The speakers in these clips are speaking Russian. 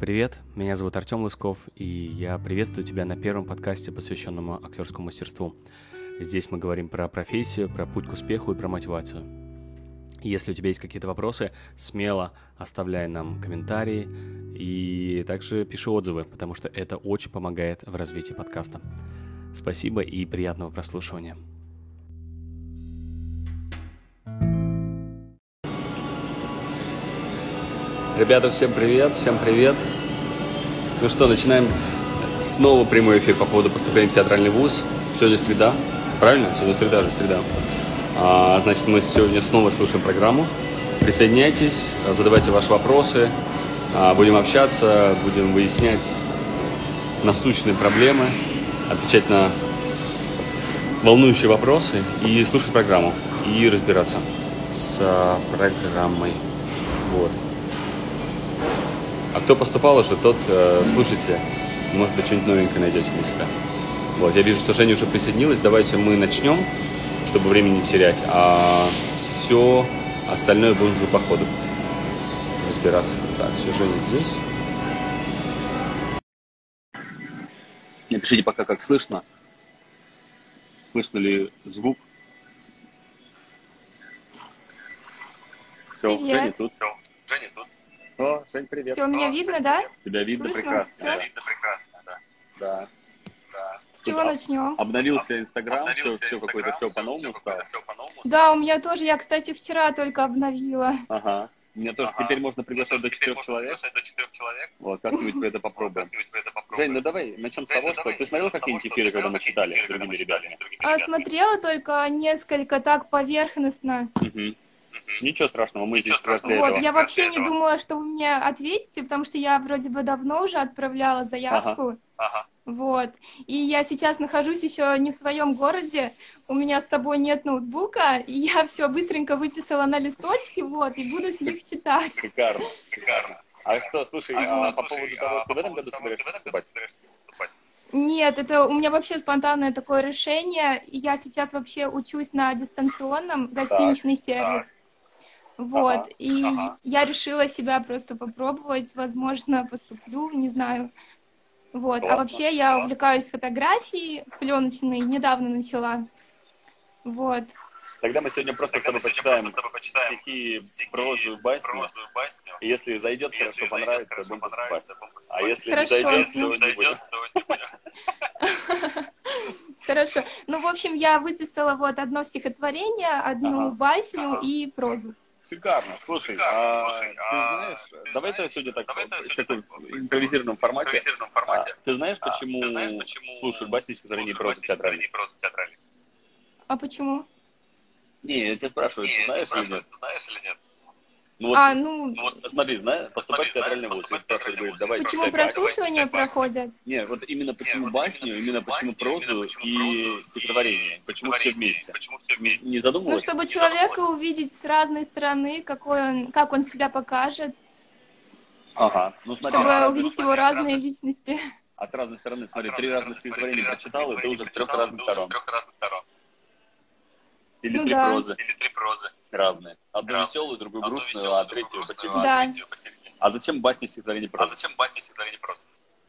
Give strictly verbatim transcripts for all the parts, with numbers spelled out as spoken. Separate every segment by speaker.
Speaker 1: привет! Меня зовут Артем Лысков, и я приветствую тебя на первом подкасте, посвященном актерскому мастерству. Здесь мы говорим про профессию, про путь к успеху и про мотивацию. Если у тебя есть какие-то вопросы, смело оставляй нам комментарии и также пиши отзывы, потому что это очень помогает в развитии подкаста. Спасибо и приятного прослушивания. Ребята, всем привет, всем привет. Ну что, начинаем снова прямой эфир по поводу поступления в театральный вуз. Сегодня среда, правильно? Сегодня среда же, среда. А, значит, мы сегодня снова слушаем программу. Присоединяйтесь, задавайте ваши вопросы. А, будем общаться, будем выяснять насущные проблемы, отвечать на волнующие вопросы и слушать программу, и разбираться с программой. Вот. А кто поступал уже, тот э, слушайте, может быть, что-нибудь новенькое найдете для себя. Вот, я вижу, что Женя уже присоединилась. Давайте мы начнем, чтобы времени не терять, а все остальное будем уже по ходу разбираться. Так, все, Женя здесь. Напишите пока, как слышно. Слышно ли звук? Все,
Speaker 2: Привет.
Speaker 1: Женя тут. Все, Женя тут. О, Жень, привет.
Speaker 2: Все, меня
Speaker 1: О,
Speaker 2: видно, да?
Speaker 1: Тебя видно
Speaker 2: Слышно?
Speaker 1: прекрасно.
Speaker 2: Всё?
Speaker 1: Тебя видно прекрасно, да. Да. да.
Speaker 2: С чего
Speaker 1: Тут
Speaker 2: начнем?
Speaker 1: Обновился Инстаграм, все,
Speaker 3: Обновился
Speaker 1: все какое-то все по-новому стало.
Speaker 2: Да, у меня тоже, я, кстати, вчера только обновила.
Speaker 1: Ага. Мне тоже
Speaker 3: Ага.
Speaker 1: теперь можно приглашать
Speaker 3: Теперь
Speaker 1: до четырех
Speaker 3: можно
Speaker 1: человек.
Speaker 3: приглашать до четырех человек.
Speaker 1: Вот, как-нибудь мы это попробуем.
Speaker 3: Как-нибудь мы это попробуем.
Speaker 1: Жень, ну давай, начнем с
Speaker 3: Жень,
Speaker 1: того,
Speaker 3: ну
Speaker 1: что
Speaker 3: давай,
Speaker 1: ты смотрел
Speaker 3: начнем с того,
Speaker 1: какие-нибудь
Speaker 3: что
Speaker 1: эфиры,
Speaker 3: ты
Speaker 1: когда мы
Speaker 3: смотрел
Speaker 1: читали
Speaker 3: какие-то
Speaker 1: с другими
Speaker 3: эфиры, когда мы читали
Speaker 1: ребятами?
Speaker 3: с другими
Speaker 2: А,
Speaker 3: ребятами?
Speaker 2: смотрела только несколько так поверхностно.
Speaker 1: Мгм. Ничего страшного, мы
Speaker 3: Ничего
Speaker 1: здесь как раз для
Speaker 3: страшного.
Speaker 2: Вот,
Speaker 1: этого.
Speaker 2: я вообще не
Speaker 3: этого.
Speaker 2: думала, что вы мне ответите, потому что я вроде бы давно уже отправляла заявку.
Speaker 3: Ага.
Speaker 2: Вот. И я сейчас нахожусь еще не в своем городе, у меня с собой нет ноутбука, и я все быстренько выписала на листочки, вот, и буду с них читать.
Speaker 1: Шикарно.
Speaker 3: Шикарно.
Speaker 1: А что, слушай,
Speaker 3: А
Speaker 1: а,
Speaker 3: что,
Speaker 1: по
Speaker 3: слушай,
Speaker 1: поводу того,
Speaker 3: а
Speaker 1: ты в
Speaker 3: по
Speaker 1: этом
Speaker 3: поводу
Speaker 1: году
Speaker 3: того,
Speaker 1: собираешься
Speaker 3: ты в этом
Speaker 1: поступать?
Speaker 3: собираешься поступать?
Speaker 2: Нет, это у меня вообще спонтанное такое решение. Я сейчас вообще учусь на дистанционном гостиничный сервис. Вот,
Speaker 1: Ага,
Speaker 2: и
Speaker 3: ага.
Speaker 2: я решила себя просто попробовать, возможно, поступлю, не знаю. Вот, а
Speaker 1: Классно,
Speaker 2: вообще я
Speaker 3: классно.
Speaker 2: увлекаюсь фотографией пленочной, недавно начала. Вот.
Speaker 1: Тогда мы сегодня просто с
Speaker 3: Тогда мы
Speaker 1: тобой
Speaker 3: сегодня
Speaker 1: почитаем
Speaker 3: просто с тобой почитаем
Speaker 1: стихи,
Speaker 3: стихи,
Speaker 1: прозу и басню.
Speaker 3: прозу и басню.
Speaker 1: И если зайдет,
Speaker 3: Если
Speaker 1: хорошо
Speaker 3: зайдет,
Speaker 1: понравится,
Speaker 3: хорошо
Speaker 1: будем
Speaker 3: понравится,
Speaker 1: поступать.
Speaker 3: будем
Speaker 1: А
Speaker 3: поступать.
Speaker 1: если не
Speaker 2: Хорошо,
Speaker 1: зайдет,
Speaker 3: Если
Speaker 1: то
Speaker 2: ну-
Speaker 1: не
Speaker 3: зайдет,
Speaker 1: будем.
Speaker 3: то не будем.
Speaker 2: Хорошо. Ну, в общем, я выписала вот одно стихотворение, одну
Speaker 1: Ага.
Speaker 2: басню
Speaker 3: Ага.
Speaker 2: и прозу.
Speaker 1: Шикарно. Слушай,
Speaker 3: Шикарно.
Speaker 1: а,
Speaker 3: Слушай,
Speaker 1: ты
Speaker 3: а,
Speaker 1: знаешь,
Speaker 3: ты
Speaker 1: давай
Speaker 3: знаешь,
Speaker 1: это сегодня так,
Speaker 3: давай это
Speaker 1: в
Speaker 3: сегодня
Speaker 1: таком
Speaker 3: так, в
Speaker 1: импровизированном формате.
Speaker 3: импровизированном формате.
Speaker 1: А, ты знаешь,
Speaker 3: А,
Speaker 1: почему,
Speaker 3: ты знаешь, почему
Speaker 1: слушают басни, стихотворения и
Speaker 3: слушают
Speaker 1: прозу
Speaker 3: басни,
Speaker 1: театральные?
Speaker 3: стихотворения и прозу театральные?
Speaker 2: А почему?
Speaker 1: Не, я тебя спрашиваю,
Speaker 3: Не,
Speaker 1: ты
Speaker 3: я тебя
Speaker 1: знаешь или
Speaker 3: спрашиваю,
Speaker 1: нет?
Speaker 3: ты знаешь или нет?
Speaker 1: Ну вот,
Speaker 2: А, ну,
Speaker 1: ну вот смотри, знаешь, поступать в
Speaker 3: Смотри,
Speaker 1: театральный
Speaker 3: знаешь,
Speaker 1: вуз, и
Speaker 3: поступать в
Speaker 1: спрашивают,
Speaker 3: театральный
Speaker 1: говорит,
Speaker 3: вуз,
Speaker 1: давай
Speaker 2: почему
Speaker 1: читай басню.
Speaker 2: прослушивания
Speaker 3: Давай, читай басню.
Speaker 2: проходят?
Speaker 1: Не, вот именно почему
Speaker 3: вот
Speaker 1: басню,
Speaker 3: именно
Speaker 1: именно
Speaker 3: почему
Speaker 1: почему
Speaker 3: басню,
Speaker 1: прозу
Speaker 3: именно почему
Speaker 1: и
Speaker 3: прозу
Speaker 1: стихотворение,
Speaker 3: и
Speaker 1: почему все
Speaker 3: стихотворение,
Speaker 1: вместе?
Speaker 3: почему все
Speaker 1: Не,
Speaker 3: вместе?
Speaker 1: не
Speaker 2: Ну,
Speaker 1: задумывалась?
Speaker 2: чтобы
Speaker 3: Не
Speaker 2: человека
Speaker 3: задумывалась?
Speaker 2: увидеть с разной стороны, какой он, как он себя покажет,
Speaker 1: Ага, ну смотри,
Speaker 2: чтобы
Speaker 1: с разной-
Speaker 2: увидеть его
Speaker 3: смотри,
Speaker 2: разные
Speaker 3: разные-
Speaker 2: личности.
Speaker 1: а с разной стороны,
Speaker 3: А с
Speaker 1: смотри,
Speaker 3: разной
Speaker 1: три
Speaker 3: стороны,
Speaker 1: разных
Speaker 3: смотри,
Speaker 1: стихотворения
Speaker 3: три разных
Speaker 1: прочитал, и ты
Speaker 3: стихотворения
Speaker 1: уже с трех
Speaker 3: прочитал,
Speaker 1: разных
Speaker 3: ты уже с
Speaker 1: сторон.
Speaker 3: трех разных сторон.
Speaker 1: Или
Speaker 2: Ну
Speaker 1: три
Speaker 2: да.
Speaker 1: прозы
Speaker 3: Или три прозы.
Speaker 1: разные. Одну
Speaker 3: разные.
Speaker 1: веселую, другую
Speaker 3: Одну
Speaker 1: грустную,
Speaker 3: веселую,
Speaker 1: а
Speaker 3: другую
Speaker 1: третью
Speaker 3: грустную,
Speaker 1: посильнее.
Speaker 3: а
Speaker 2: Да.
Speaker 3: третью посильнее.
Speaker 1: А зачем басни, стихотворение,
Speaker 3: А
Speaker 1: проза?
Speaker 3: зачем басни, стихотворение, проза?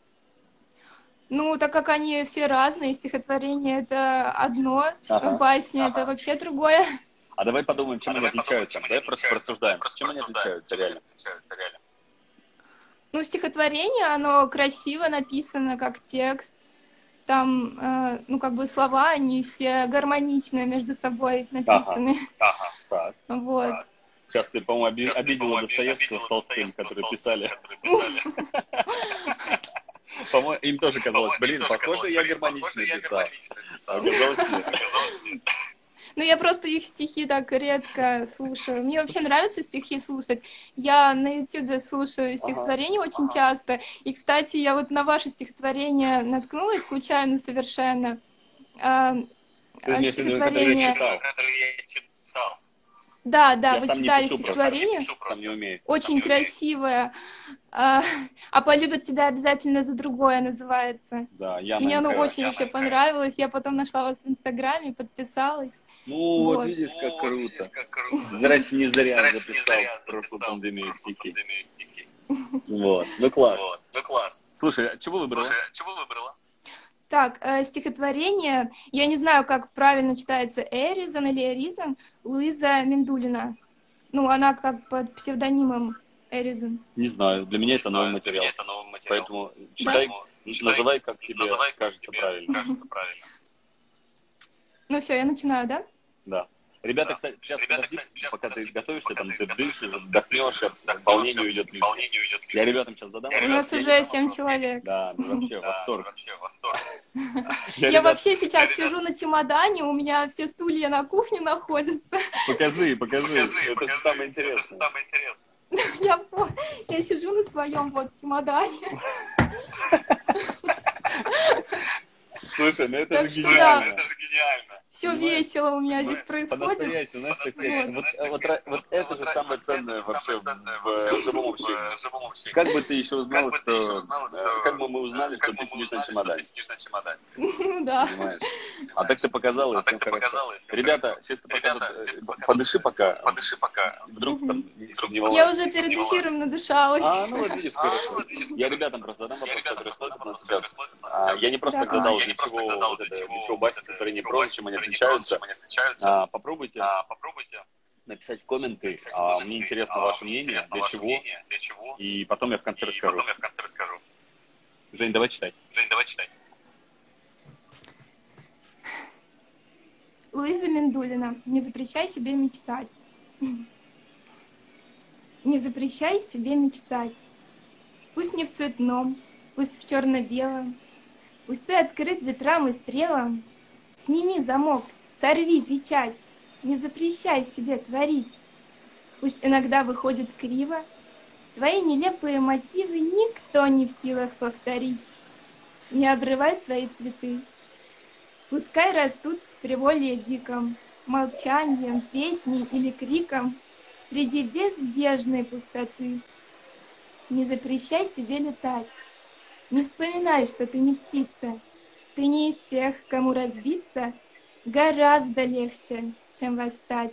Speaker 2: Ну, так как они все разные, стихотворение это одно,
Speaker 1: Ага.
Speaker 2: басня
Speaker 3: Ага.
Speaker 2: это вообще другое.
Speaker 1: А давай подумаем, чем
Speaker 3: А
Speaker 1: они
Speaker 3: давай подумаем,
Speaker 1: отличаются.
Speaker 3: чем они
Speaker 1: Давай просто
Speaker 3: отличаются.
Speaker 1: порассуждаем.
Speaker 3: Давай просто
Speaker 1: Чем они
Speaker 3: порассуждаем.
Speaker 1: отличаются,
Speaker 3: Чем они
Speaker 1: реально?
Speaker 3: отличаются, реально?
Speaker 2: Ну, стихотворение, оно красиво написано, как текст. Там, э, ну, как бы слова, они все гармонично между собой написаны.
Speaker 3: Ага.
Speaker 1: Так.
Speaker 2: Вот.
Speaker 3: Так.
Speaker 1: Сейчас ты, по-моему, оби-
Speaker 3: Сейчас ты,
Speaker 1: обидела
Speaker 3: по-моему,
Speaker 1: Достоевского
Speaker 3: обидела
Speaker 1: с Толстым,
Speaker 3: Достоевского
Speaker 1: которые
Speaker 3: с Толстым,
Speaker 1: писали.
Speaker 3: которые писали.
Speaker 1: По-моему, им тоже казалось,
Speaker 3: По-моему, им
Speaker 1: блин,
Speaker 3: тоже
Speaker 1: похоже,
Speaker 3: казалось,
Speaker 1: я
Speaker 3: блин,
Speaker 1: гармонично
Speaker 3: похоже, я
Speaker 1: писал.
Speaker 3: гармонично
Speaker 1: А
Speaker 3: писал.
Speaker 1: оказалось, нет.
Speaker 3: Оказалось, нет.
Speaker 2: Ну, я просто их стихи так редко слушаю. Мне вообще нравится стихи слушать. Я на Ютубе слушаю стихотворения очень
Speaker 3: Ага.
Speaker 2: часто. И, кстати, я вот на ваше стихотворение наткнулась случайно совершенно. А,
Speaker 1: Ты
Speaker 2: а,
Speaker 1: имеешь в виду, которые
Speaker 2: стихотворение...
Speaker 1: я читал?
Speaker 3: Которые я читал.
Speaker 2: Да, да,
Speaker 1: Я
Speaker 2: вы
Speaker 1: сам не
Speaker 2: читали
Speaker 1: пишу просто.
Speaker 2: стихотворение.
Speaker 3: Пишу просто.
Speaker 1: Сам не умею.
Speaker 2: Очень
Speaker 3: Сам не умею.
Speaker 2: красивое. А, а полюбят тебя обязательно за другое называется.
Speaker 1: Да, Яна
Speaker 2: Мне оно
Speaker 1: НК.
Speaker 2: очень
Speaker 3: Яна
Speaker 2: вообще
Speaker 3: НК.
Speaker 2: понравилось. Я потом нашла вас в Инстаграме, подписалась.
Speaker 1: Ну, вот
Speaker 2: Вот.
Speaker 1: видишь, как
Speaker 3: О, видишь,
Speaker 1: круто.
Speaker 3: как круто.
Speaker 1: Значит, не зря
Speaker 3: Значит, не
Speaker 1: записал
Speaker 3: зря
Speaker 1: в прошлую
Speaker 3: записал
Speaker 1: пандемию
Speaker 3: в прошлую
Speaker 1: стихи.
Speaker 3: пандемию стихи.
Speaker 1: Вот, ну класс.
Speaker 3: Вот. Ну класс.
Speaker 1: Слушай, а чего выбрала?
Speaker 3: Слушай, а чего выбрала?
Speaker 2: Так, э, стихотворение, я не знаю, как правильно читается, Эризон или Эризон, Луиза Миндулина. Ну, она как под псевдонимом Эризон.
Speaker 1: Не знаю, для меня это
Speaker 3: Не
Speaker 1: новый
Speaker 3: знаю,
Speaker 1: материал.
Speaker 3: для меня это новый материал.
Speaker 1: Поэтому читай,
Speaker 3: Поэтому
Speaker 1: называй, как тебе
Speaker 3: называй, как
Speaker 1: кажется
Speaker 3: тебе
Speaker 1: правильно.
Speaker 3: кажется правильно.
Speaker 2: Ну все, я начинаю, да?
Speaker 1: Да. Ребята,
Speaker 3: Да.
Speaker 1: кстати, сейчас
Speaker 3: Ребята,
Speaker 1: подожди,
Speaker 3: кстати, сейчас
Speaker 1: пока
Speaker 3: подожди,
Speaker 1: ты готовишься,
Speaker 3: пока
Speaker 1: там
Speaker 3: ты
Speaker 1: ты
Speaker 3: готовишься,
Speaker 1: дышишь,
Speaker 3: там
Speaker 1: отдохнешь, сейчас
Speaker 3: отдохнешь,
Speaker 1: волнению
Speaker 3: сейчас
Speaker 1: идет лишнее.
Speaker 3: волнению идет
Speaker 1: Я
Speaker 3: лишнее.
Speaker 1: ребятам сейчас задам
Speaker 3: Я
Speaker 2: У
Speaker 1: вопрос.
Speaker 2: нас
Speaker 3: ребят,
Speaker 2: уже
Speaker 3: я
Speaker 2: семь
Speaker 3: вопрос.
Speaker 2: человек.
Speaker 1: Да, ну вообще
Speaker 3: Да,
Speaker 1: восторг.
Speaker 3: вообще восторг.
Speaker 1: Я,
Speaker 2: Я
Speaker 1: ребят,
Speaker 2: вообще сейчас
Speaker 3: ребят-
Speaker 2: сижу на чемодане, у меня все стулья на кухне находятся.
Speaker 1: покажи, покажи,
Speaker 3: Покажи,
Speaker 1: это
Speaker 3: покажи,
Speaker 1: же самое
Speaker 3: Это же
Speaker 1: интересное.
Speaker 3: самое интересное.
Speaker 2: Я, по- я сижу на своем вот чемодане.
Speaker 1: Слушай, ну это
Speaker 2: Так
Speaker 1: же
Speaker 2: что
Speaker 3: Слушай,
Speaker 1: гениально.
Speaker 3: ну это же гениально.
Speaker 2: Все
Speaker 1: Понимаешь?
Speaker 2: весело у меня здесь
Speaker 3: Понимаешь?
Speaker 2: происходит.
Speaker 1: По-настоящему, знаешь, так сказать,
Speaker 3: По-настоящему,
Speaker 1: вот,
Speaker 3: знаешь,
Speaker 1: вот,
Speaker 3: так
Speaker 1: ра-
Speaker 3: сказать,
Speaker 1: вот
Speaker 3: вот-
Speaker 1: это
Speaker 3: вот
Speaker 1: же
Speaker 3: ра-
Speaker 1: самое
Speaker 3: вот
Speaker 1: ценное
Speaker 3: это же
Speaker 1: вообще
Speaker 3: самое ценное
Speaker 1: в
Speaker 3: вообще
Speaker 1: э, живом
Speaker 3: в,
Speaker 1: общении.
Speaker 3: э, живом общении.
Speaker 1: Как бы ты еще узнала,
Speaker 3: Как бы ты еще
Speaker 1: что...
Speaker 3: узнала,
Speaker 1: э,
Speaker 3: что-
Speaker 1: Как бы мы узнали,
Speaker 3: Как
Speaker 1: что
Speaker 3: бы
Speaker 1: ты
Speaker 3: мы
Speaker 1: сидишь на
Speaker 3: узнали, что
Speaker 1: чемодане?
Speaker 3: ты сидишь на чемодане.
Speaker 2: Ну да.
Speaker 1: Понимаешь? А так ты показала, и
Speaker 3: А
Speaker 1: всем
Speaker 3: так ты
Speaker 1: хорошо.
Speaker 3: показала, и всем
Speaker 1: Ребята,
Speaker 3: хорошо.
Speaker 1: сейчас ты пока
Speaker 3: Ребята,
Speaker 1: вот, э,
Speaker 3: сейчас пока
Speaker 1: подыши
Speaker 3: вот,
Speaker 1: пока,
Speaker 3: Подыши пока.
Speaker 1: вдруг там чтобы не
Speaker 2: Я
Speaker 1: волноваться.
Speaker 2: уже перед
Speaker 3: Не
Speaker 2: эфиром надышалась.
Speaker 1: А, ну вот видишь,
Speaker 3: А, ну
Speaker 1: хорошо.
Speaker 3: вот видишь,
Speaker 1: Я
Speaker 3: хорошо.
Speaker 1: ребятам просто задам
Speaker 3: Я
Speaker 1: вопрос,
Speaker 3: ребятам
Speaker 1: который
Speaker 3: просто
Speaker 1: смотрят нас
Speaker 3: задам
Speaker 1: сейчас.
Speaker 3: вопрос, который смотрит нас
Speaker 1: А,
Speaker 3: сейчас.
Speaker 1: Я не просто
Speaker 2: Да.
Speaker 1: гадал,
Speaker 3: Я
Speaker 1: для
Speaker 3: не просто
Speaker 1: чего
Speaker 3: гадал,
Speaker 1: вот
Speaker 3: для
Speaker 1: это,
Speaker 3: чего
Speaker 1: для чего баси,
Speaker 3: вот это,
Speaker 1: которые не
Speaker 3: чего
Speaker 1: проза,
Speaker 3: баси,
Speaker 1: чем они
Speaker 3: которые не проза,
Speaker 1: отличаются.
Speaker 3: чем они отличаются.
Speaker 1: А, Попробуйте
Speaker 3: А, Попробуйте
Speaker 1: написать в комменты,
Speaker 3: написать в
Speaker 1: а,
Speaker 3: комменты,
Speaker 1: мне интересно
Speaker 3: а,
Speaker 1: ваше
Speaker 3: мне
Speaker 1: мнение,
Speaker 3: интересно
Speaker 1: для
Speaker 3: ваше
Speaker 1: чего,
Speaker 3: мнение, для чего,
Speaker 1: и потом я в конце
Speaker 3: и
Speaker 1: расскажу.
Speaker 3: потом я в конце расскажу.
Speaker 1: Жень, давай читай.
Speaker 3: Жень, давай читай.
Speaker 2: Луиза Миндулина. Не запрещай себе мечтать. Не запрещай себе мечтать. Пусть не в цветном, пусть в черно-белом. Пусть ты открыт ветрам и стрелам. Сними замок, сорви печать. Не запрещай себе творить. Пусть иногда выходит криво. Твои нелепые мотивы никто не в силах повторить. Не обрывай свои цветы. Пускай растут в приволье диком, молчанием, песней или криком среди безбрежной пустоты. Не запрещай себе летать. Не вспоминай, что ты не птица. Ты не из тех, кому разбиться гораздо легче, чем восстать.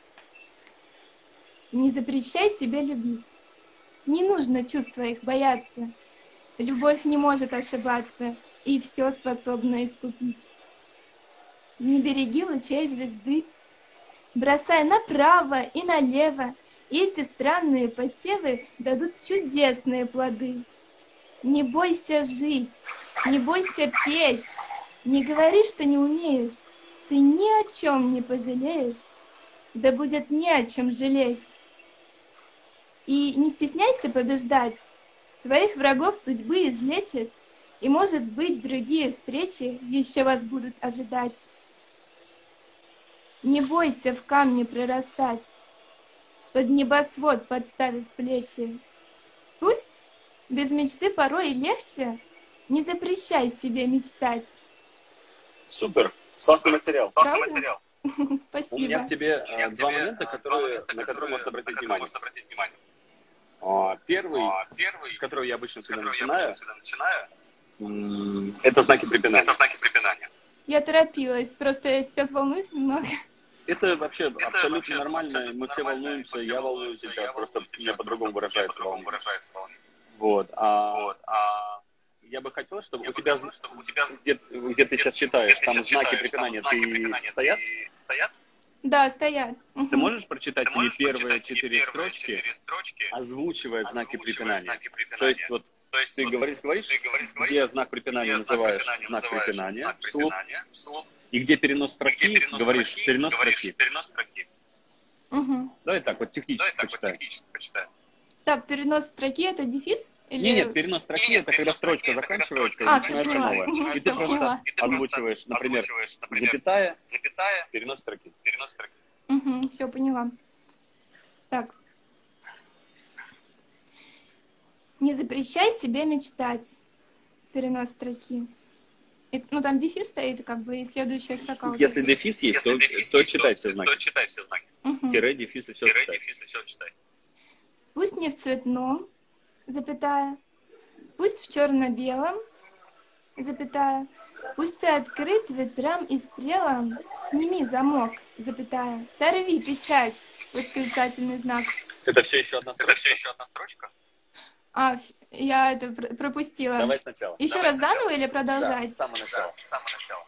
Speaker 2: Не запрещай себе любить. Не нужно чувств своих бояться. Любовь не может ошибаться и все способна искупить. Не береги лучей звезды. Бросай направо и налево, и эти странные посевы дадут чудесные плоды. Не бойся жить, не бойся петь, не говори, что не умеешь. Ты ни о чем не пожалеешь, да будет не о чем жалеть. И не стесняйся побеждать, твоих врагов судьбы излечит, и, может быть, другие встречи еще вас будут ожидать. Не бойся в камне прорастать, под небосвод подставив плечи. Пусть без мечты порой и легче, не запрещай себе мечтать.
Speaker 1: Супер. Классный материал.
Speaker 3: Классный
Speaker 2: Правда?
Speaker 3: материал.
Speaker 1: У меня
Speaker 2: Спасибо.
Speaker 1: к тебе
Speaker 3: У меня
Speaker 1: э,
Speaker 3: к
Speaker 1: два
Speaker 3: тебе,
Speaker 1: момента,
Speaker 3: а,
Speaker 1: которые,
Speaker 3: два момента,
Speaker 1: на которые можно обратить
Speaker 3: на которые
Speaker 1: внимание.
Speaker 3: можно обратить внимание.
Speaker 1: А, Первый,
Speaker 3: А, Первый,
Speaker 1: с которого я обычно
Speaker 3: с
Speaker 1: всегда
Speaker 3: которого я
Speaker 1: начинаю,
Speaker 3: обычно всегда начинаю,
Speaker 1: м, это знаки препинания.
Speaker 3: это знаки препинания.
Speaker 2: Я торопилась, просто я сейчас волнуюсь немного.
Speaker 1: Это вообще
Speaker 3: Это
Speaker 1: абсолютно
Speaker 3: вообще
Speaker 1: нормально,
Speaker 3: абсолютно
Speaker 1: мы все
Speaker 3: нормально,
Speaker 1: волнуемся,
Speaker 3: мы все
Speaker 1: я волнуюсь
Speaker 3: волнуемся,
Speaker 1: сейчас,
Speaker 3: я
Speaker 1: просто
Speaker 3: волнуюсь
Speaker 1: мне
Speaker 3: сейчас,
Speaker 1: по-другому
Speaker 3: просто
Speaker 1: выражается
Speaker 3: по-другому
Speaker 1: волнение.
Speaker 3: выражается волнение.
Speaker 1: Вот, а
Speaker 3: Вот, а
Speaker 1: я бы хотел, чтобы
Speaker 3: я
Speaker 1: у
Speaker 3: бы
Speaker 1: тебя,
Speaker 3: хотел, чтобы у тебя,
Speaker 1: где, где ты сейчас читаешь,
Speaker 3: где ты
Speaker 1: там
Speaker 3: сейчас
Speaker 1: знаки
Speaker 3: читаешь,
Speaker 1: препинания,
Speaker 3: там знаки
Speaker 1: ты
Speaker 3: препинания,
Speaker 1: стоят?
Speaker 3: ты стоят?
Speaker 2: Да, стоят.
Speaker 1: Ты
Speaker 2: Мгм.
Speaker 1: можешь прочитать
Speaker 3: Ты
Speaker 1: мне
Speaker 3: можешь
Speaker 1: первые
Speaker 3: прочитать мне
Speaker 1: четыре
Speaker 3: первые
Speaker 1: строчки,
Speaker 3: четыре строчки,
Speaker 1: озвучивая знаки
Speaker 3: озвучивая
Speaker 1: препинания?
Speaker 3: знаки препинания?
Speaker 1: То есть вот
Speaker 3: То есть
Speaker 1: ты
Speaker 3: вот
Speaker 1: говоришь, говоришь,
Speaker 3: ты говоришь, говоришь,
Speaker 1: где знак препинания
Speaker 3: где знак
Speaker 1: называешь
Speaker 3: препинания
Speaker 1: знак
Speaker 3: называешь
Speaker 1: препинания,
Speaker 3: знак
Speaker 1: вслух,
Speaker 3: препинания, вслух,
Speaker 1: и где перенос
Speaker 3: и
Speaker 1: строки,
Speaker 3: где перенос
Speaker 1: говоришь
Speaker 3: строки,
Speaker 1: перенос
Speaker 3: говоришь
Speaker 1: строки.
Speaker 3: перенос строки.
Speaker 2: Мгм.
Speaker 1: Давай так, вот
Speaker 3: Давай
Speaker 1: технически
Speaker 3: так вот
Speaker 1: почитай.
Speaker 3: технически почитай.
Speaker 2: Так, перенос строки — это дефис? Или...
Speaker 1: Не, нет, перенос строки
Speaker 3: Нет,
Speaker 1: это когда
Speaker 3: перенос строки
Speaker 1: строчка
Speaker 3: это когда
Speaker 1: заканчивается и
Speaker 2: А,
Speaker 1: начинается
Speaker 2: поняла.
Speaker 1: новая.
Speaker 2: Мгм,
Speaker 1: И ты
Speaker 2: всё
Speaker 1: просто
Speaker 2: поняла.
Speaker 3: И ты просто
Speaker 1: озвучиваешь, например,
Speaker 3: озвучиваешь, например,
Speaker 1: запятая,
Speaker 3: запятая,
Speaker 1: перенос строки.
Speaker 3: перенос строки.
Speaker 2: Угу, все поняла. Так. Не запрещай себе мечтать. Перенос строки. И, ну, там дефис стоит, как бы, и следующая строка. уже.
Speaker 1: Если дефис есть,
Speaker 3: Если
Speaker 1: то,
Speaker 3: дефис
Speaker 1: то
Speaker 3: есть,
Speaker 1: читай
Speaker 3: то-
Speaker 1: все знаки.
Speaker 3: То читай все знаки.
Speaker 2: Мгм.
Speaker 1: Тире, дефис и все
Speaker 3: Тире,
Speaker 1: читай.
Speaker 3: дефис и все читай.
Speaker 2: Пусть не в цветном, запятая. Пусть в черно-белом, запятая. Пусть ты открыт ветрам и стрелам. Сними замок, запятая. Сорви печать, восклицательный знак.
Speaker 1: Это все еще одна
Speaker 3: Это
Speaker 1: строчка?
Speaker 3: все еще одна строчка?
Speaker 2: А, вс- я это пр- пропустила.
Speaker 1: Давай сначала.
Speaker 2: Еще
Speaker 3: Давай
Speaker 2: раз
Speaker 3: сначала.
Speaker 2: заново или
Speaker 1: Да,
Speaker 2: продолжать?
Speaker 1: с самого
Speaker 3: Да,
Speaker 1: начала.
Speaker 3: с самого начала.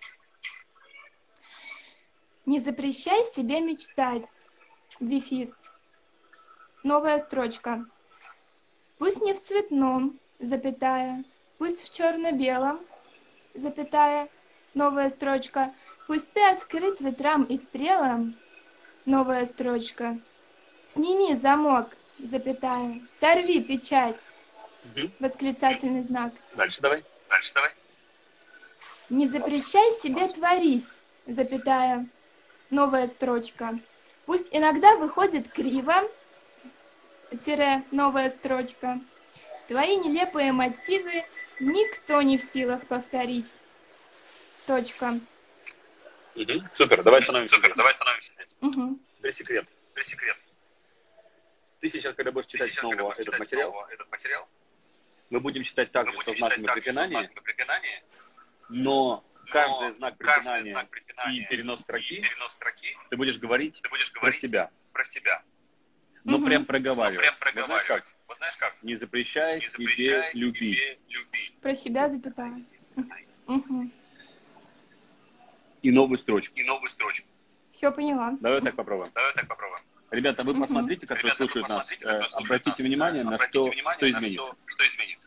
Speaker 2: Не запрещай себе мечтать. Дефис. Новая строчка. Пусть не в цветном, запятая, пусть в черно-белом, запятая, новая строчка. Пусть ты открыт ветрам и стрелам, новая строчка. Сними замок, запятая, сорви печать,
Speaker 1: Мгм.
Speaker 2: восклицательный знак.
Speaker 1: Дальше давай.
Speaker 3: Дальше давай.
Speaker 2: Не запрещай себе творить, запятая, новая строчка. Пусть иногда выходит криво, тире, новая строчка. Твои нелепые мотивы никто не в силах повторить. Точка.
Speaker 1: Мгм. Супер, давай становимся
Speaker 3: Супер,
Speaker 1: здесь.
Speaker 3: давай становимся здесь.
Speaker 2: Угу.
Speaker 1: Теперь секрет.
Speaker 3: Ты секрет.
Speaker 1: Ты сейчас, когда будешь
Speaker 3: Ты
Speaker 1: читать
Speaker 3: сейчас, когда
Speaker 1: снова
Speaker 3: будешь
Speaker 1: этот
Speaker 3: читать
Speaker 1: материал,
Speaker 3: снова этот материал,
Speaker 1: мы будем читать
Speaker 3: мы
Speaker 1: также
Speaker 3: будем
Speaker 1: со
Speaker 3: читать
Speaker 1: знаками
Speaker 3: также со
Speaker 1: препинания,
Speaker 3: знаками препинания,
Speaker 1: но каждый
Speaker 3: но
Speaker 1: знак
Speaker 3: каждый
Speaker 1: препинания
Speaker 3: знак препинания
Speaker 1: и перенос
Speaker 3: и
Speaker 1: строки
Speaker 3: перенос строки
Speaker 1: ты будешь говорить
Speaker 3: ты будешь
Speaker 1: про
Speaker 3: говорить
Speaker 1: себя.
Speaker 3: про себя.
Speaker 1: Но
Speaker 2: Мгм.
Speaker 1: прям
Speaker 3: Ну,
Speaker 1: проговаривать.
Speaker 3: прям
Speaker 1: Вот знаешь
Speaker 3: проговаривать.
Speaker 1: как?
Speaker 3: Вот знаешь как?
Speaker 1: Не запрещай
Speaker 3: Не
Speaker 1: себе
Speaker 3: запрещай
Speaker 1: любить.
Speaker 3: себе любить.
Speaker 2: Про себя запятая. Угу.
Speaker 1: И новую строчку.
Speaker 3: И новую строчку.
Speaker 2: Все поняла.
Speaker 1: Давай так попробуем.
Speaker 3: Давай так попробуем.
Speaker 1: Ребята, вы
Speaker 2: Мгм.
Speaker 1: посмотрите, как
Speaker 3: Ребята, вы
Speaker 1: слушают нас.
Speaker 3: посмотрите, как
Speaker 1: Э,
Speaker 3: вы слушают
Speaker 1: Обратите
Speaker 3: нас.
Speaker 1: внимание, на
Speaker 3: Обратите
Speaker 1: что,
Speaker 3: внимание,
Speaker 1: что
Speaker 3: на
Speaker 1: изменится.
Speaker 3: Что, что изменится.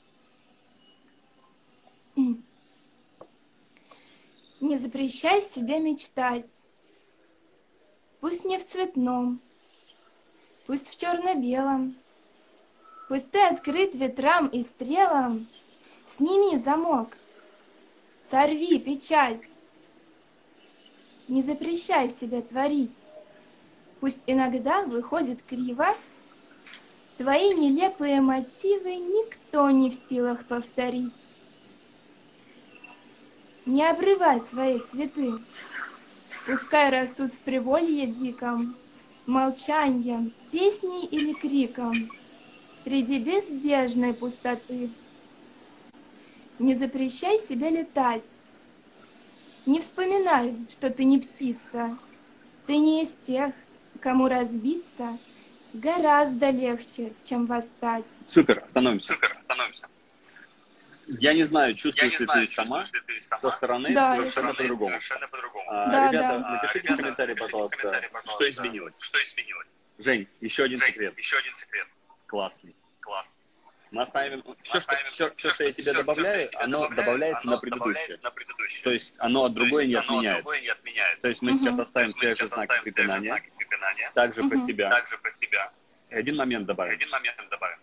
Speaker 2: Не запрещай себе мечтать. Пусть не в цветном, пусть в черно-белом. Пусть ты открыт ветрам и стрелам. Сними замок, сорви печать. Не запрещай себе творить. Пусть иногда выходит криво. Твои нелепые мотивы никто не в силах повторить. Не обрывай свои цветы, пускай растут в приволье диком, молчаньем, песней или криком, среди безбрежной пустоты. Не запрещай себе летать, не вспоминай, что ты не птица, ты не из тех, кому разбиться гораздо легче, чем восстать.
Speaker 1: Супер, остановимся.
Speaker 3: Супер, остановимся.
Speaker 1: Я не знаю,
Speaker 3: Я
Speaker 1: чувствуешь
Speaker 3: не
Speaker 1: ли
Speaker 3: знаю,
Speaker 1: ты сама,
Speaker 3: чувствуешь ли ты сама
Speaker 1: со стороны
Speaker 2: Да,
Speaker 1: совершенно
Speaker 2: я-
Speaker 1: по-другому.
Speaker 3: Совершенно по-другому.
Speaker 1: А,
Speaker 2: Да,
Speaker 1: ребята,
Speaker 2: да.
Speaker 1: напишите
Speaker 3: Ребята,
Speaker 1: в комментарии,
Speaker 3: напишите в
Speaker 1: пожалуйста,
Speaker 3: комментарии,
Speaker 1: что
Speaker 3: пожалуйста,
Speaker 1: изменилось.
Speaker 3: Что изменилось?
Speaker 1: Жень, еще один
Speaker 3: Жень,
Speaker 1: секрет.
Speaker 3: еще один секрет.
Speaker 1: Классный.
Speaker 3: Класс.
Speaker 1: Мы оставим все, что,
Speaker 3: Оставим
Speaker 1: все, все, что я тебе
Speaker 3: всё,
Speaker 1: добавляю,
Speaker 3: всё, что я тебе
Speaker 1: оно
Speaker 3: добавляю,
Speaker 1: добавляется
Speaker 3: оно
Speaker 1: на предыдущее.
Speaker 3: добавляется на предыдущее.
Speaker 1: То есть оно от
Speaker 3: То есть
Speaker 1: другое не
Speaker 3: оно
Speaker 1: отменяет.
Speaker 3: другое не отменяет.
Speaker 1: То есть мы
Speaker 2: Мгм.
Speaker 1: сейчас
Speaker 3: То
Speaker 1: оставим
Speaker 3: есть мы
Speaker 1: те же
Speaker 3: сейчас
Speaker 1: знаки
Speaker 3: оставим те же
Speaker 1: препинания,
Speaker 3: знаки препинания,
Speaker 1: также про
Speaker 2: Мгм.
Speaker 1: себя.
Speaker 3: также про себя.
Speaker 1: И один момент
Speaker 3: И
Speaker 1: добавим.
Speaker 3: один момент добавим.